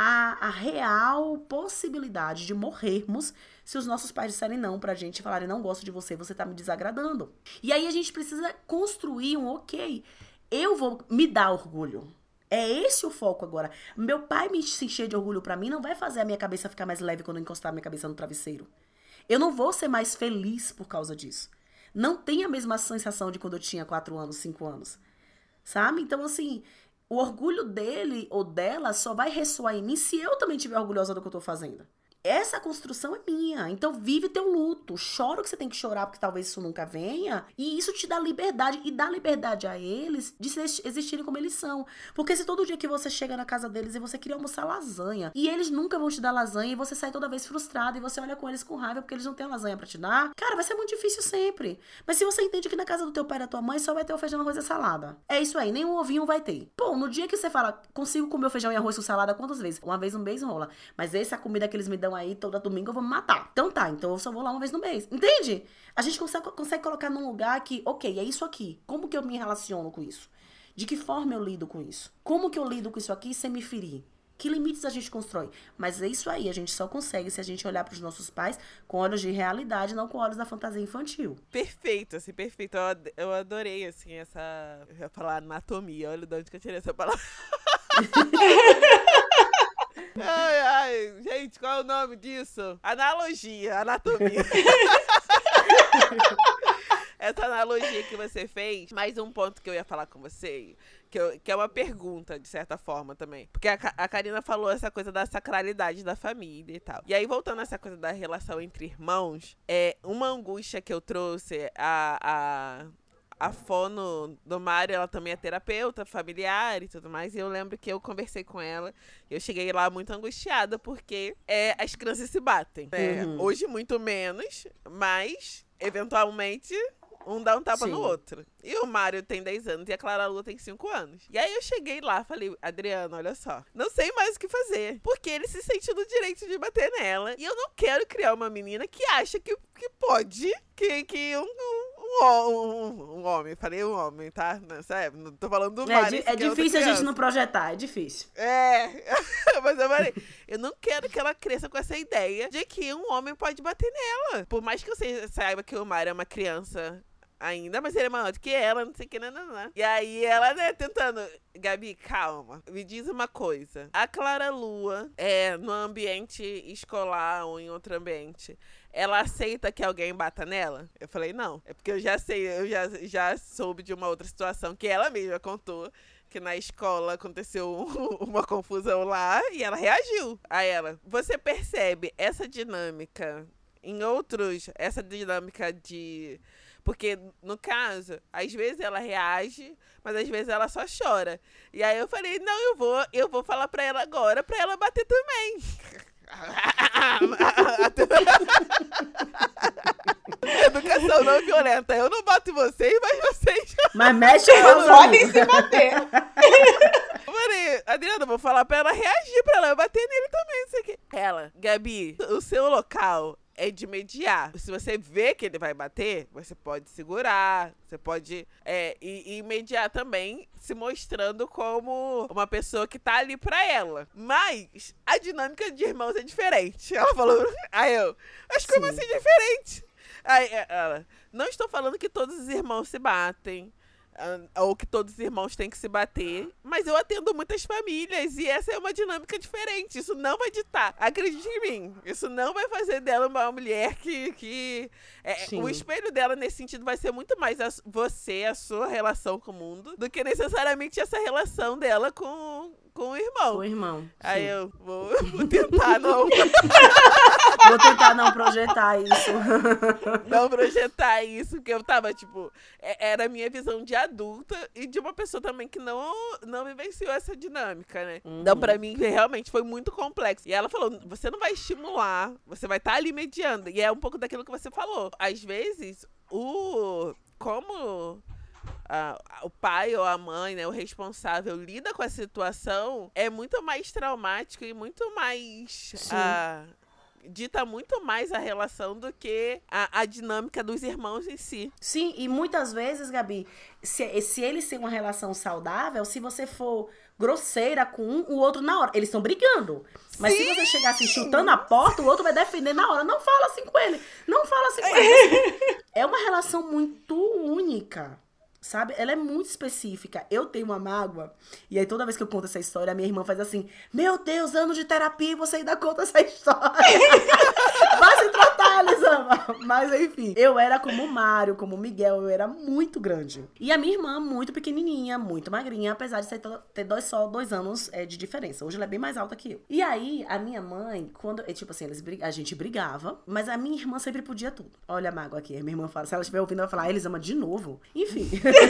C: a real possibilidade de morrermos se os nossos pais disserem não pra gente e falarem, não gosto de você, você tá me desagradando. E aí a gente precisa construir um ok, eu vou me dar orgulho. É esse o foco agora. Meu pai me se encher de orgulho pra mim não vai fazer a minha cabeça ficar mais leve quando eu encostar a minha cabeça no travesseiro. Eu não vou ser mais feliz por causa disso. Não tem a mesma sensação de quando eu tinha 4 anos, 5 anos. Sabe? Então, assim, o orgulho dele ou dela só vai ressoar em mim se eu também estiver orgulhosa do que eu tô fazendo. Essa construção é minha. Então, vive teu luto. Chora o que você tem que chorar, porque talvez isso nunca venha. E isso te dá liberdade. E dá liberdade a eles de existirem como eles são. Porque se todo dia que você chega na casa deles e você queria almoçar lasanha, e eles nunca vão te dar lasanha, e você sai toda vez frustrado, e você olha com eles com raiva porque eles não têm lasanha pra te dar, cara, vai ser muito difícil sempre. Mas se você entende que na casa do teu pai e da tua mãe só vai ter o feijão, arroz e salada. É isso aí, nem um ovinho vai ter. Pô, no dia que você fala, consigo comer o feijão e arroz com salada quantas vezes? Uma vez no mês rola. Mas essa comida que eles me dão aí, toda domingo eu vou me matar. Então tá, então eu só vou lá uma vez no mês. Entende? A gente consegue colocar num lugar que, ok, é isso aqui. Como que eu me relaciono com isso? De que forma eu lido com isso? Como que eu lido com isso aqui sem me ferir? Que limites a gente constrói? Mas é isso aí, a gente só consegue se a gente olhar pros nossos pais com olhos de realidade, não com olhos da fantasia infantil.
B: Perfeito, assim, perfeito. Eu adorei, assim, essa... Eu ia falar anatomia, olha de onde que eu tirei essa palavra. Ai, gente, qual é o nome disso? Analogia, anatomia. Essa analogia que você fez, mais um ponto que eu ia falar com você, que é uma pergunta, de certa forma, também. Porque a Karina falou essa coisa da sacralidade da família e tal. E aí, voltando a essa coisa da relação entre irmãos, uma angústia que eu trouxe, a a fono do Mário, ela também é terapeuta familiar e tudo mais. E eu lembro que eu conversei com ela. Eu cheguei lá muito angustiada, porque as crianças se batem. Hoje, muito menos, mas, eventualmente, um dá um tapa no outro. E o Mário tem 10 anos e a Clara Lua tem 5 anos. E aí eu cheguei lá e falei, Adriano, olha só, não sei mais o que fazer. Porque ele se sente no direito de bater nela. E eu não quero criar uma menina que acha que pode, que um homem, falei um homem, tá? Não tô falando do Mário.
C: É difícil a gente não projetar, é difícil.
B: Mas eu falei, eu não quero que ela cresça com essa ideia de que um homem pode bater nela. Por mais que você saiba que o Mário é uma criança ainda, mas ele é maior do que ela, não sei o que, não. E aí ela, né, tentando, Gabi, calma, me diz uma coisa. A Clara Lua, no ambiente escolar ou em outro ambiente, ela aceita que alguém bata nela? Eu falei, não. É porque eu já sei, eu já soube de uma outra situação que ela mesma contou, que na escola aconteceu uma confusão lá e ela reagiu. Aí ela, você percebe essa dinâmica em outros, essa dinâmica de... Porque, no caso, às vezes ela reage, mas às vezes ela só chora. E aí eu falei, não, eu vou falar pra ela agora, pra ela bater também. Educação não violenta. Eu não bato em vocês, mas vocês...
C: Mas mexe com
A: podem se bater.
B: Eu falei, Adriana, eu vou falar pra ela reagir, pra ela bater nele também, não sei o quê. Ela, Gabi, o seu local é de mediar. Se você vê que ele vai bater, você pode segurar, você pode e mediar também, se mostrando como uma pessoa que tá ali pra ela. Mas a dinâmica de irmãos é diferente. Ela falou, aí eu, mas como assim diferente? Aí ela, não estou falando que todos os irmãos se batem, ou que todos os irmãos têm que se bater, mas eu atendo muitas famílias e essa é uma dinâmica diferente. Isso não vai ditar, acredite em mim, isso não vai fazer dela uma mulher que o espelho dela nesse sentido vai ser muito mais a sua relação com o mundo, do que necessariamente essa relação dela com o irmão.
C: O irmão.
B: Aí eu vou tentar não...
C: Vou tentar não projetar isso.
B: Não projetar isso, porque eu tava, tipo... Era a minha visão de adulta e de uma pessoa também que não vivenciou essa dinâmica, né? Então, pra mim, realmente foi muito complexo. E ela falou, você não vai estimular, você vai estar ali mediando. E é um pouco daquilo que você falou. Às vezes, como... o pai ou a mãe, né, o responsável, lida com a situação, é muito mais traumático e muito mais... dita muito mais a relação do que a dinâmica dos irmãos em si.
C: Sim, e muitas vezes, Gabi, se eles têm uma relação saudável, se você for grosseira com um, o outro na hora, eles estão brigando. Mas se você chegar assim, chutando a porta, o outro vai defender na hora. Não fala assim com ele. Não fala assim com ele. É uma relação muito única. Sabe? Ela é muito específica. Eu tenho uma mágoa. E aí, toda vez que eu conto essa história, a minha irmã faz assim, meu Deus, anos de terapia e você ainda conta essa história. Vai se tratar, Elisama. Mas, enfim. Eu era como o Mário, como o Miguel. Eu era muito grande. E a minha irmã, muito pequenininha, muito magrinha. Apesar de ter só 2 anos de diferença. Hoje ela é bem mais alta que eu. E aí, a minha mãe, tipo assim, a gente brigava. Mas a minha irmã sempre podia tudo. Olha a mágoa aqui. A minha irmã fala, se ela estiver ouvindo, ela vai falar, Elisama, de novo? Enfim.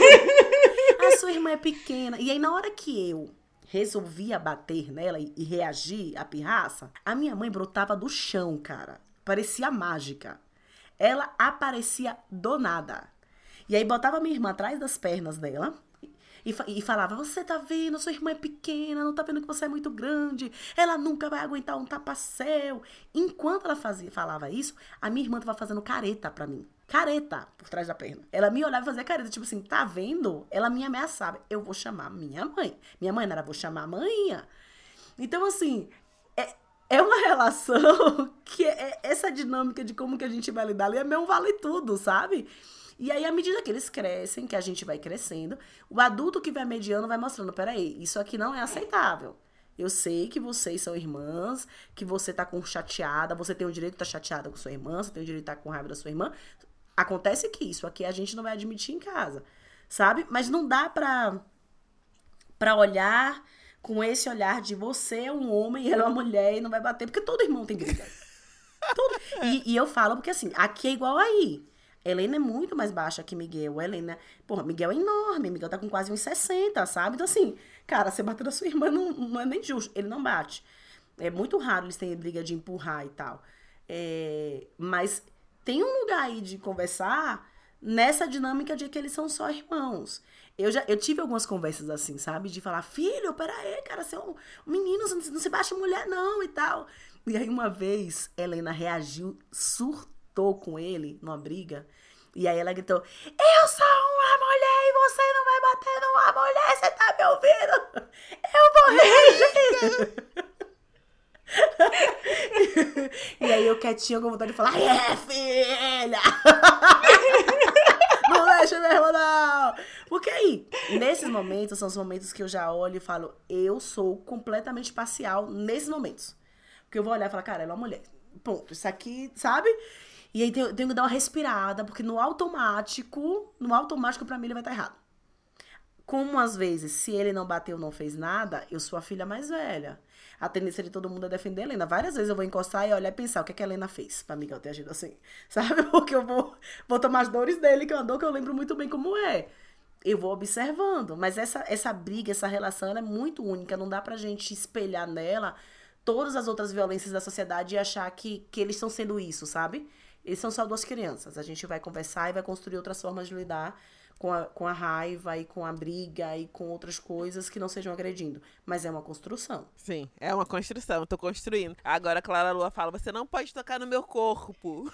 C: A sua irmã é pequena. E aí, na hora que eu resolvia bater nela e reagir à pirraça, a minha mãe brotava do chão, cara. Parecia mágica. Ela aparecia do nada. E aí, botava a minha irmã atrás das pernas dela e falava, você tá vendo, sua irmã é pequena, não tá vendo que você é muito grande, ela nunca vai aguentar um tapa-céu. Enquanto ela falava isso, a minha irmã tava fazendo careta pra mim. Careta por trás da perna. Ela me olhava e fazia careta, tipo assim, tá vendo? Ela me ameaçava. Eu vou chamar minha mãe. Minha mãe não era, vou chamar a manhinha. Então, assim, é uma relação que essa dinâmica de como que a gente vai lidar ali é meio vale tudo, sabe? E aí, à medida que eles crescem, que a gente vai crescendo, o adulto que vai mediando vai mostrando, peraí, isso aqui não é aceitável. Eu sei que vocês são irmãs, que você tá chateada, você tem o direito de estar chateada com sua irmã, você tem o direito de estar com raiva da sua irmã. Acontece que isso aqui a gente não vai admitir em casa, sabe? Mas não dá pra olhar com esse olhar de você é um homem e ela é uma mulher e não vai bater, porque todo irmão tem briga. E eu falo porque assim, aqui é igual aí. Helena é muito mais baixa que Miguel. Helena, porra, Miguel é enorme. Miguel tá com quase uns 60, sabe? Então, assim, cara, você bater na sua irmã não é nem justo. Ele não bate. É muito raro eles terem briga de empurrar e tal. Mas tem um lugar aí de conversar nessa dinâmica de que eles são só irmãos. Eu tive algumas conversas assim, sabe? De falar, filho, peraí, cara, você é um menino, você não se baixa mulher não e tal. E aí uma vez, Helena reagiu, surtou com ele numa briga. E aí ela gritou, eu sou uma mulher e você não vai bater numa mulher, você tá me ouvindo? Eu vou reagir. E aí eu quietinha com vontade de falar, filha! Não deixa mesmo, não! Porque aí, nesses momentos, são os momentos que eu já olho e falo, eu sou completamente parcial nesses momentos. Porque eu vou olhar e falar, cara, ela é uma mulher. Ponto, isso aqui, sabe? E aí tenho que dar uma respirada, porque no automático pra mim ele vai estar errado. Como às vezes, se ele não bateu, não fez nada, eu sou a filha mais velha. A tendência de todo mundo é defender a Helena. Várias vezes eu vou encostar e olhar e pensar o que a Helena fez pra Miguel ter agido assim. Sabe? Porque eu vou tomar as dores dele, que é uma dor que eu lembro muito bem como é. Eu vou observando. Mas essa briga, essa relação, ela é muito única. Não dá pra gente espelhar nela todas as outras violências da sociedade e achar que eles estão sendo isso, sabe? Eles são só duas crianças. A gente vai conversar e vai construir outras formas de lidar com a raiva e com a briga e com outras coisas que não sejam agredindo. Mas é uma construção.
B: Sim, é uma construção. Eu tô construindo. Agora a Clara Lua fala, você não pode tocar no meu corpo.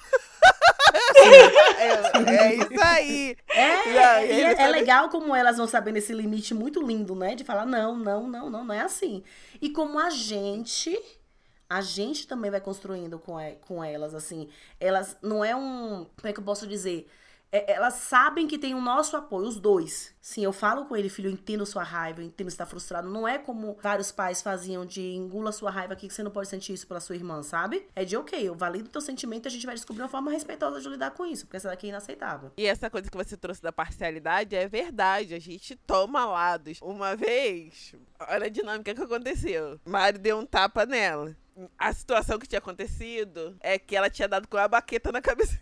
B: É isso aí.
C: É legal como elas vão sabendo esse limite muito lindo, né? De falar, não é assim. E como a gente também vai construindo com elas, assim. Elas não é um... Como é que eu posso dizer? Elas sabem que tem o nosso apoio, os dois. Sim, eu falo com ele, filho, eu entendo sua raiva, eu entendo que você tá frustrado. Não é como vários pais faziam de engula sua raiva aqui, que você não pode sentir isso pela sua irmã, sabe? É de ok, eu valido o teu sentimento e a gente vai descobrir uma forma respeitosa de lidar com isso, porque essa daqui é inaceitável.
B: E essa coisa que você trouxe da parcialidade é verdade, a gente toma lados. Uma vez, olha a dinâmica que aconteceu. Mário deu um tapa nela. A situação que tinha acontecido é que ela tinha dado com a baqueta na cabeça.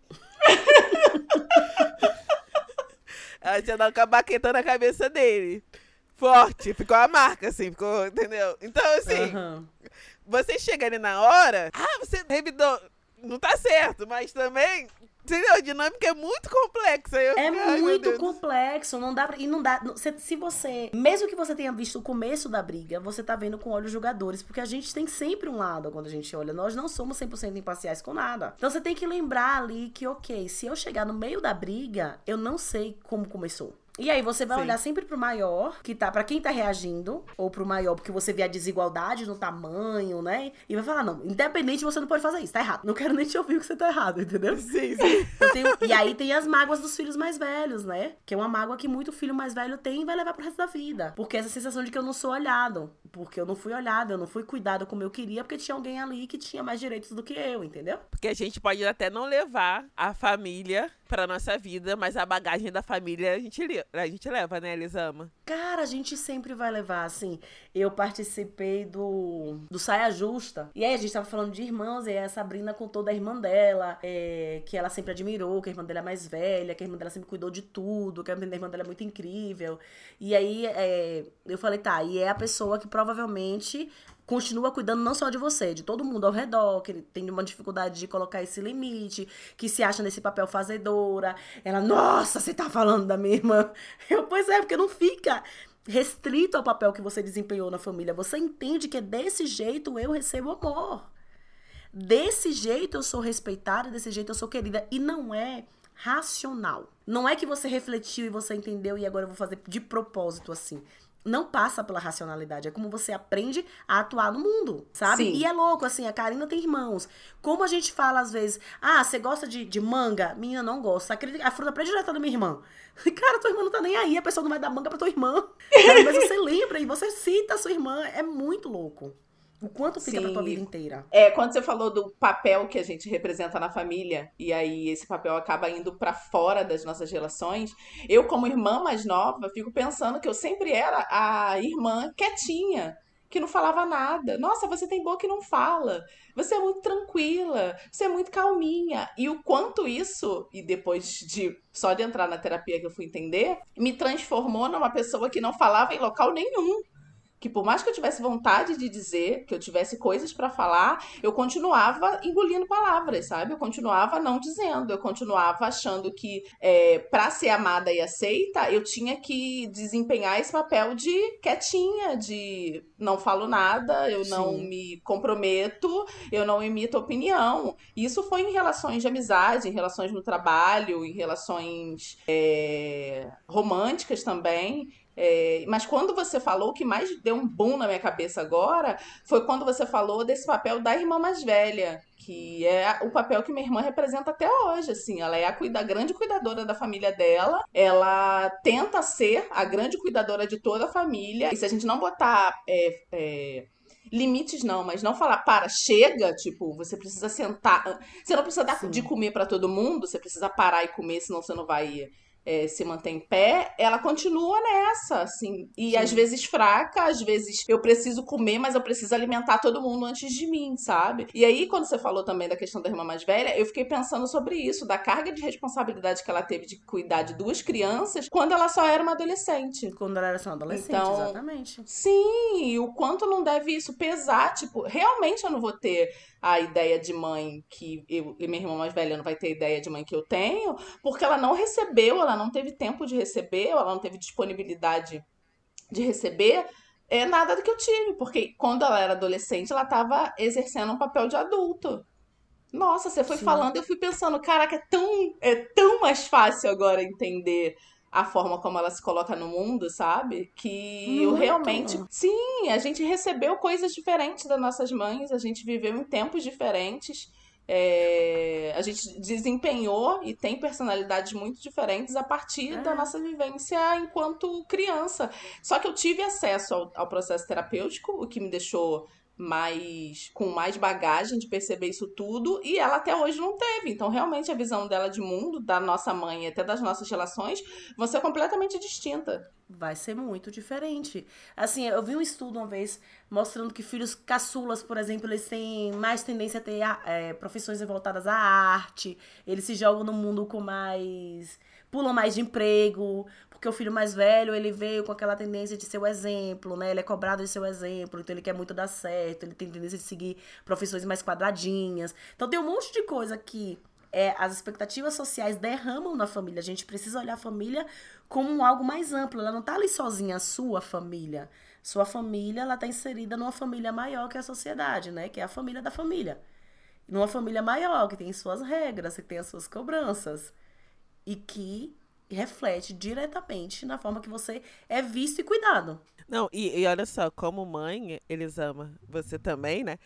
B: Ela tinha dado com a baqueta na cabeça dele. Forte, ficou a marca, assim, ficou, entendeu? Então, assim, você chega ali na hora, você revidou, não tá certo, mas também, entendeu? A dinâmica é muito complexa.
C: Muito complexo, não dá pra, e não dá, se você, mesmo que você tenha visto o começo da briga, você tá vendo com olhos julgadores, porque a gente tem sempre um lado quando a gente olha, nós não somos 100% imparciais com nada. Então você tem que lembrar ali que, ok, se eu chegar no meio da briga, eu não sei como começou. E aí você vai olhar sempre pro maior, que tá, pra quem tá reagindo, ou pro maior, porque você vê a desigualdade no tamanho, né? E vai falar, não, independente, você não pode fazer isso, tá errado. Não quero nem te ouvir que você tá errado, entendeu?
B: Sim.
C: E aí tem as mágoas dos filhos mais velhos, né? Que é uma mágoa que muito filho mais velho tem e vai levar pro resto da vida. Porque essa sensação de que eu não sou olhado. Porque eu não fui olhado, eu não fui cuidado como eu queria, porque tinha alguém ali que tinha mais direitos do que eu, entendeu?
B: Porque a gente pode até não levar a família pra nossa vida, mas a bagagem da família a gente leva, né, Elisama?
C: Cara, a gente sempre vai levar, assim. Eu participei do Saia Justa. E aí a gente tava falando de irmãos, e aí a Sabrina contou da irmã dela, que ela sempre admirou, que a irmã dela é mais velha, que a irmã dela sempre cuidou de tudo, que a irmã dela é muito incrível. E aí eu falei, tá, e é a pessoa que provavelmente continua cuidando não só de você, de todo mundo ao redor, que tem uma dificuldade de colocar esse limite, que se acha nesse papel fazedora. Ela, nossa, você tá falando da minha irmã. Pois é, porque não fica restrito ao papel que você desempenhou na família. Você entende que desse jeito eu recebo amor. Desse jeito eu sou respeitada, desse jeito eu sou querida. E não é racional. Não é que você refletiu e você entendeu e agora eu vou fazer de propósito assim. Não passa pela racionalidade. É como você aprende a atuar no mundo, sabe?
A: Sim.
C: E é louco, assim, a Karina tem irmãos. Como a gente fala, às vezes, você gosta de manga? Menina, não gosta. A fruta predileta da minha irmã. Cara, tua irmã não tá nem aí. A pessoa não vai dar manga pra tua irmã. Mas você lembra e você cita a sua irmã. É muito louco. O quanto fica pra tua vida inteira.
A: Quando você falou do papel que a gente representa na família, e aí esse papel acaba indo pra fora das nossas relações, eu, como irmã mais nova, fico pensando que eu sempre era a irmã quietinha, que não falava nada. Nossa, você tem boca e não fala. Você é muito tranquila, você é muito calminha. E o quanto isso, e depois de só de entrar na terapia que eu fui entender, me transformou numa pessoa que não falava em local nenhum. Que por mais que eu tivesse vontade de dizer, que eu tivesse coisas pra falar, eu continuava engolindo palavras, sabe? Eu continuava não dizendo, eu continuava achando que para ser amada e aceita, eu tinha que desempenhar esse papel de quietinha, de não falo nada, eu não
C: Sim.
A: me comprometo, eu não emito opinião. Isso foi em relações de amizade, em relações no trabalho, em relações românticas também. Mas quando você falou, o que mais deu um boom na minha cabeça agora foi quando você falou desse papel da irmã mais velha, que é o papel que minha irmã representa até hoje, assim. Ela é a grande cuidadora da família dela, ela tenta ser a grande cuidadora de toda a família, e se a gente não botar limites não, mas não falar, para, chega, tipo, você precisa sentar, você não precisa dar de
C: Sim.
A: comer pra todo mundo, você precisa parar e comer, senão você não vai se manter em pé, ela continua nessa, assim. E às
C: Sim.
A: vezes fraca, às vezes eu preciso comer, mas eu preciso alimentar todo mundo antes de mim, sabe? E aí, quando você falou também da questão da irmã mais velha, eu fiquei pensando sobre isso, da carga de responsabilidade que ela teve de cuidar de duas crianças quando ela só era uma adolescente.
C: Quando ela era só adolescente,
A: Então,
C: exatamente.
A: sim, e o quanto não deve isso pesar, tipo, realmente eu não vou ter a ideia de mãe que eu e minha irmã mais velha não vai ter a ideia de mãe que eu tenho, porque ela não recebeu, ela não teve tempo de receber, ela não teve disponibilidade de receber nada do que eu tive, porque quando ela era adolescente, ela estava exercendo um papel de adulto. Nossa, você foi
C: Sim.
A: falando, eu fui pensando, caraca, é tão mais fácil agora entender a forma como ela se coloca no mundo, sabe? Que eu realmente.
C: Muito.
A: Sim, a gente recebeu coisas diferentes das nossas mães, a gente viveu em tempos diferentes, a gente desempenhou e tem personalidades muito diferentes a partir da
C: É.
A: nossa vivência enquanto criança. Só que eu tive acesso ao processo terapêutico, o que me deixou com mais bagagem de perceber isso tudo, e ela até hoje não teve. Então, realmente, a visão dela de mundo, da nossa mãe e até das nossas relações, vão ser completamente distinta.
C: Vai ser muito diferente. Assim, eu vi um estudo uma vez mostrando que filhos caçulas, por exemplo, eles têm mais tendência a ter profissões voltadas à arte, eles se jogam no mundo com mais. Pulam mais de emprego, porque o filho mais velho, ele veio com aquela tendência de ser o exemplo, né? Ele é cobrado de ser o exemplo, então ele quer muito dar certo, ele tem tendência de seguir profissões mais quadradinhas. Então tem um monte de coisa que as expectativas sociais derramam na família. A gente precisa olhar a família como algo mais amplo. Ela não tá ali sozinha, a sua família. Sua família, ela tá inserida numa família maior que a sociedade, né? Que é a família da família. Numa família maior, que tem suas regras, que tem as suas cobranças. E que reflete diretamente na forma que você é visto e cuidado.
B: Não, e olha só, como mãe, eles amam você também, né?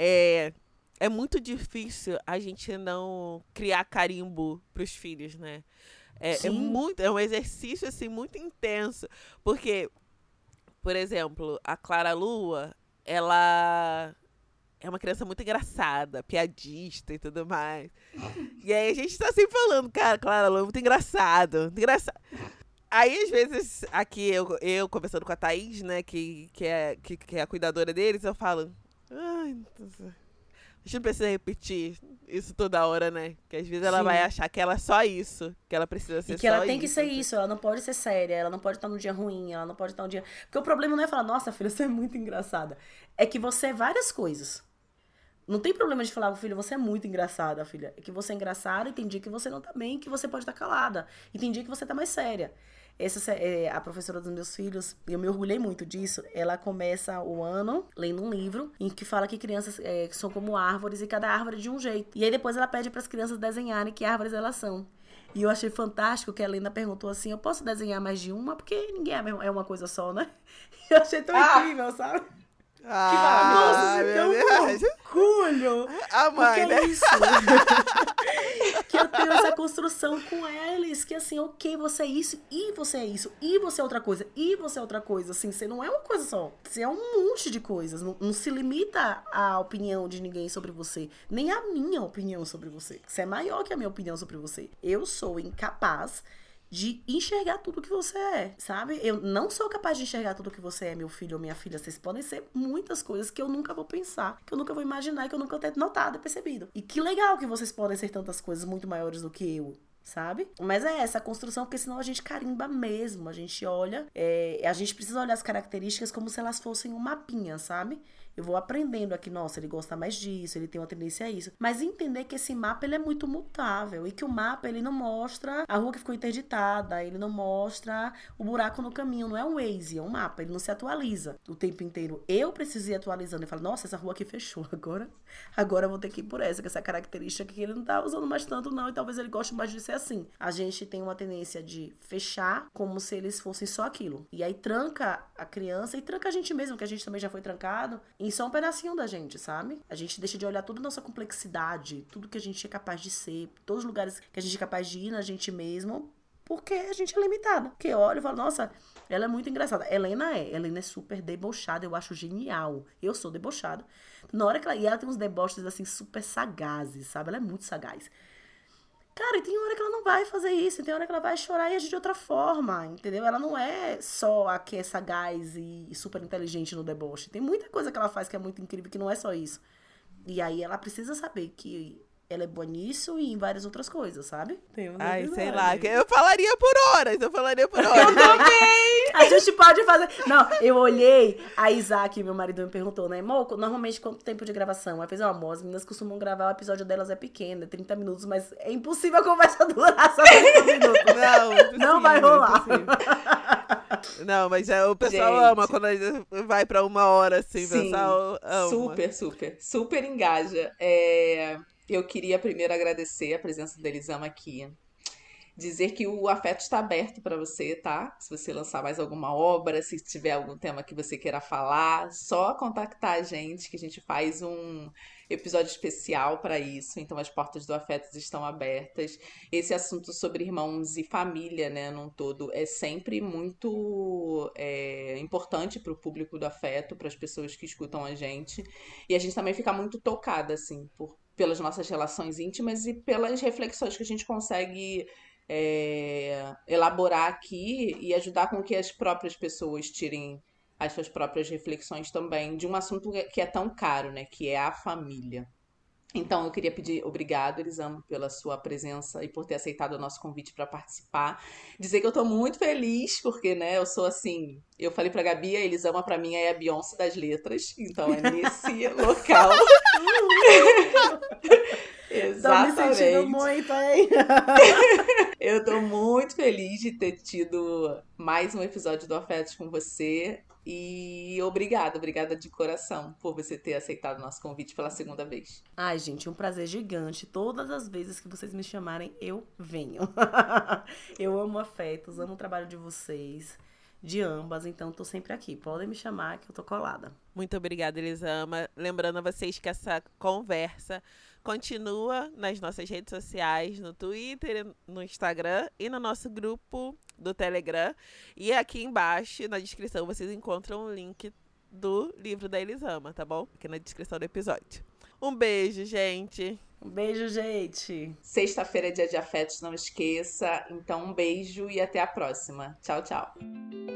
B: É muito difícil a gente não criar carimbo pros filhos, né?
C: Sim.
B: É um exercício, assim, muito intenso. Porque, por exemplo, a Clara Lua, ela é uma criança muito engraçada, piadista e tudo mais. E aí a gente tá sempre falando, cara, Clara Lua é muito engraçado, muito engraçado. Aí, às vezes, aqui eu conversando com a Thaís, né, que é a cuidadora deles, eu falo, ai, a gente não precisa repetir isso toda hora, né? Que às vezes ela vai
C: Sim.
B: achar que ela é só isso, que ela precisa ser
C: E que
B: só
C: ela tem que ser
B: assim.
C: isso, ela não pode ser séria, ela não pode estar num dia ruim, ela não pode estar num dia. Porque o problema não é falar, nossa, filha, você é muito engraçada. É que você é várias coisas. Não tem problema de falar, filho, você é muito engraçada, filha. É que você é engraçada e tem dia que você não tá bem, que você pode estar calada. E tem dia que você tá mais séria. A professora dos meus filhos, eu me orgulhei muito disso. Ela começa o ano lendo um livro em que fala que crianças são como árvores e cada árvore é de um jeito. E aí depois ela pede para as crianças desenharem que árvores elas são. E eu achei fantástico que a Helena perguntou assim, eu posso desenhar mais de uma? Porque ninguém é uma coisa só, né? E eu achei tão incrível, sabe?
B: Ah,
C: Nossa, me deu um orgulho.
B: A mãe,
C: porque
B: né?
C: é isso. Que eu tenho essa construção com eles, que assim, ok, você é isso, e você é isso, e você é outra coisa, e você é outra coisa. Assim, você não é uma coisa só. Você é um monte de coisas. Não se limita à opinião de ninguém sobre você, nem a minha opinião sobre você. Você é maior que a minha opinião sobre você. Eu sou incapaz de enxergar tudo que você é, sabe? Eu não sou capaz de enxergar tudo que você é, meu filho ou minha filha. Vocês podem ser muitas coisas que eu nunca vou pensar, que eu nunca vou imaginar, que eu nunca tenho notado e percebido. E que legal que vocês podem ser tantas coisas muito maiores do que eu, sabe? Mas é essa construção, porque senão a gente carimba mesmo. A gente olha, a gente precisa olhar as características como se elas fossem um mapinha, sabe? Eu vou aprendendo aqui, nossa, ele gosta mais disso, ele tem uma tendência a isso. Mas entender que esse mapa, ele é muito mutável. E que o mapa, ele não mostra a rua que ficou interditada, ele não mostra o buraco no caminho. Não é um Waze, é um mapa. Ele não se atualiza o tempo inteiro. Eu preciso ir atualizando e falar, nossa, essa rua aqui fechou. Agora eu vou ter que ir por essa, que essa característica que ele não tá usando mais tanto, não. E talvez ele goste mais de ser assim. A gente tem uma tendência de fechar como se eles fossem só aquilo. E aí tranca a criança e tranca a gente mesmo, que a gente também já foi trancado, em só um pedacinho da gente, sabe? A gente deixa de olhar toda a nossa complexidade, tudo que a gente é capaz de ser, todos os lugares que a gente é capaz de ir na gente mesmo, porque a gente é limitado. Porque eu olho e falo, nossa, ela é muito engraçada. Helena é super debochada, eu acho genial. Eu sou debochada. Na hora que ela... E ela tem uns deboches, assim, super sagazes, sabe? Ela é muito sagaz. Cara, e tem hora que ela não vai fazer isso, tem hora que ela vai chorar e agir de outra forma, entendeu? Ela não é só a que é sagaz e super inteligente no deboche. Tem muita coisa que ela faz que é muito incrível, que não é só isso. E aí ela precisa saber que ela é boa nisso e em várias outras coisas, sabe?
B: Ai, sei lá, eu falaria por horas.
A: Eu também!
C: A gente pode fazer... Não, eu olhei, a Isaac, meu marido, me perguntou, né? Moco, normalmente quanto tempo de gravação? Aí fez, amor, as meninas costumam gravar, o episódio delas é pequeno, é 30 minutos, mas é impossível a conversa durar só 30 minutos. Não vai rolar.
B: Não, mas o pessoal ama quando vai pra 1 hora, assim, o pessoal ama.
A: Super engaja. Eu queria primeiro agradecer a presença da Elisama aqui. Dizer que o afeto está aberto para você, tá? Se você lançar mais alguma obra, se tiver algum tema que você queira falar, só contactar a gente, que a gente faz um episódio especial para isso. Então, as portas do afeto estão abertas. Esse assunto sobre irmãos e família, né, num todo, é sempre muito importante para o público do afeto, para as pessoas que escutam a gente. E a gente também fica muito tocada, assim, pelas nossas relações íntimas e pelas reflexões que a gente consegue elaborar aqui e ajudar com que as próprias pessoas tirem as suas próprias reflexões também de um assunto que é tão caro, né? Que é a família. Então, eu queria pedir obrigado, Elisama, pela sua presença e por ter aceitado o nosso convite para participar. Dizer que eu tô muito feliz, porque, né, eu sou assim... Eu falei pra Gabi, a Elisama pra mim é a Beyoncé das letras. Então, é nesse local. Exatamente.
C: Tô me sentindo muito, hein?
A: Eu tô muito feliz de ter tido mais um episódio do Afetos com você. E obrigada de coração por você ter aceitado o nosso convite pela segunda vez.
C: Ai, gente, um prazer gigante. Todas as vezes que vocês me chamarem, eu venho. Eu amo afetos, amo o trabalho de vocês, de ambas, então tô sempre aqui. Podem me chamar que eu tô colada.
B: Muito obrigada, Elisama. Lembrando a vocês que essa conversa continua nas nossas redes sociais, no Twitter, no Instagram e no nosso grupo do Telegram. E aqui embaixo, na descrição, vocês encontram o link do livro da Elisama, tá bom? Aqui na descrição do episódio. Um beijo, gente!
C: Um beijo, gente!
A: Sexta-feira é dia de afetos, não esqueça. Então, um beijo e até a próxima. Tchau, tchau!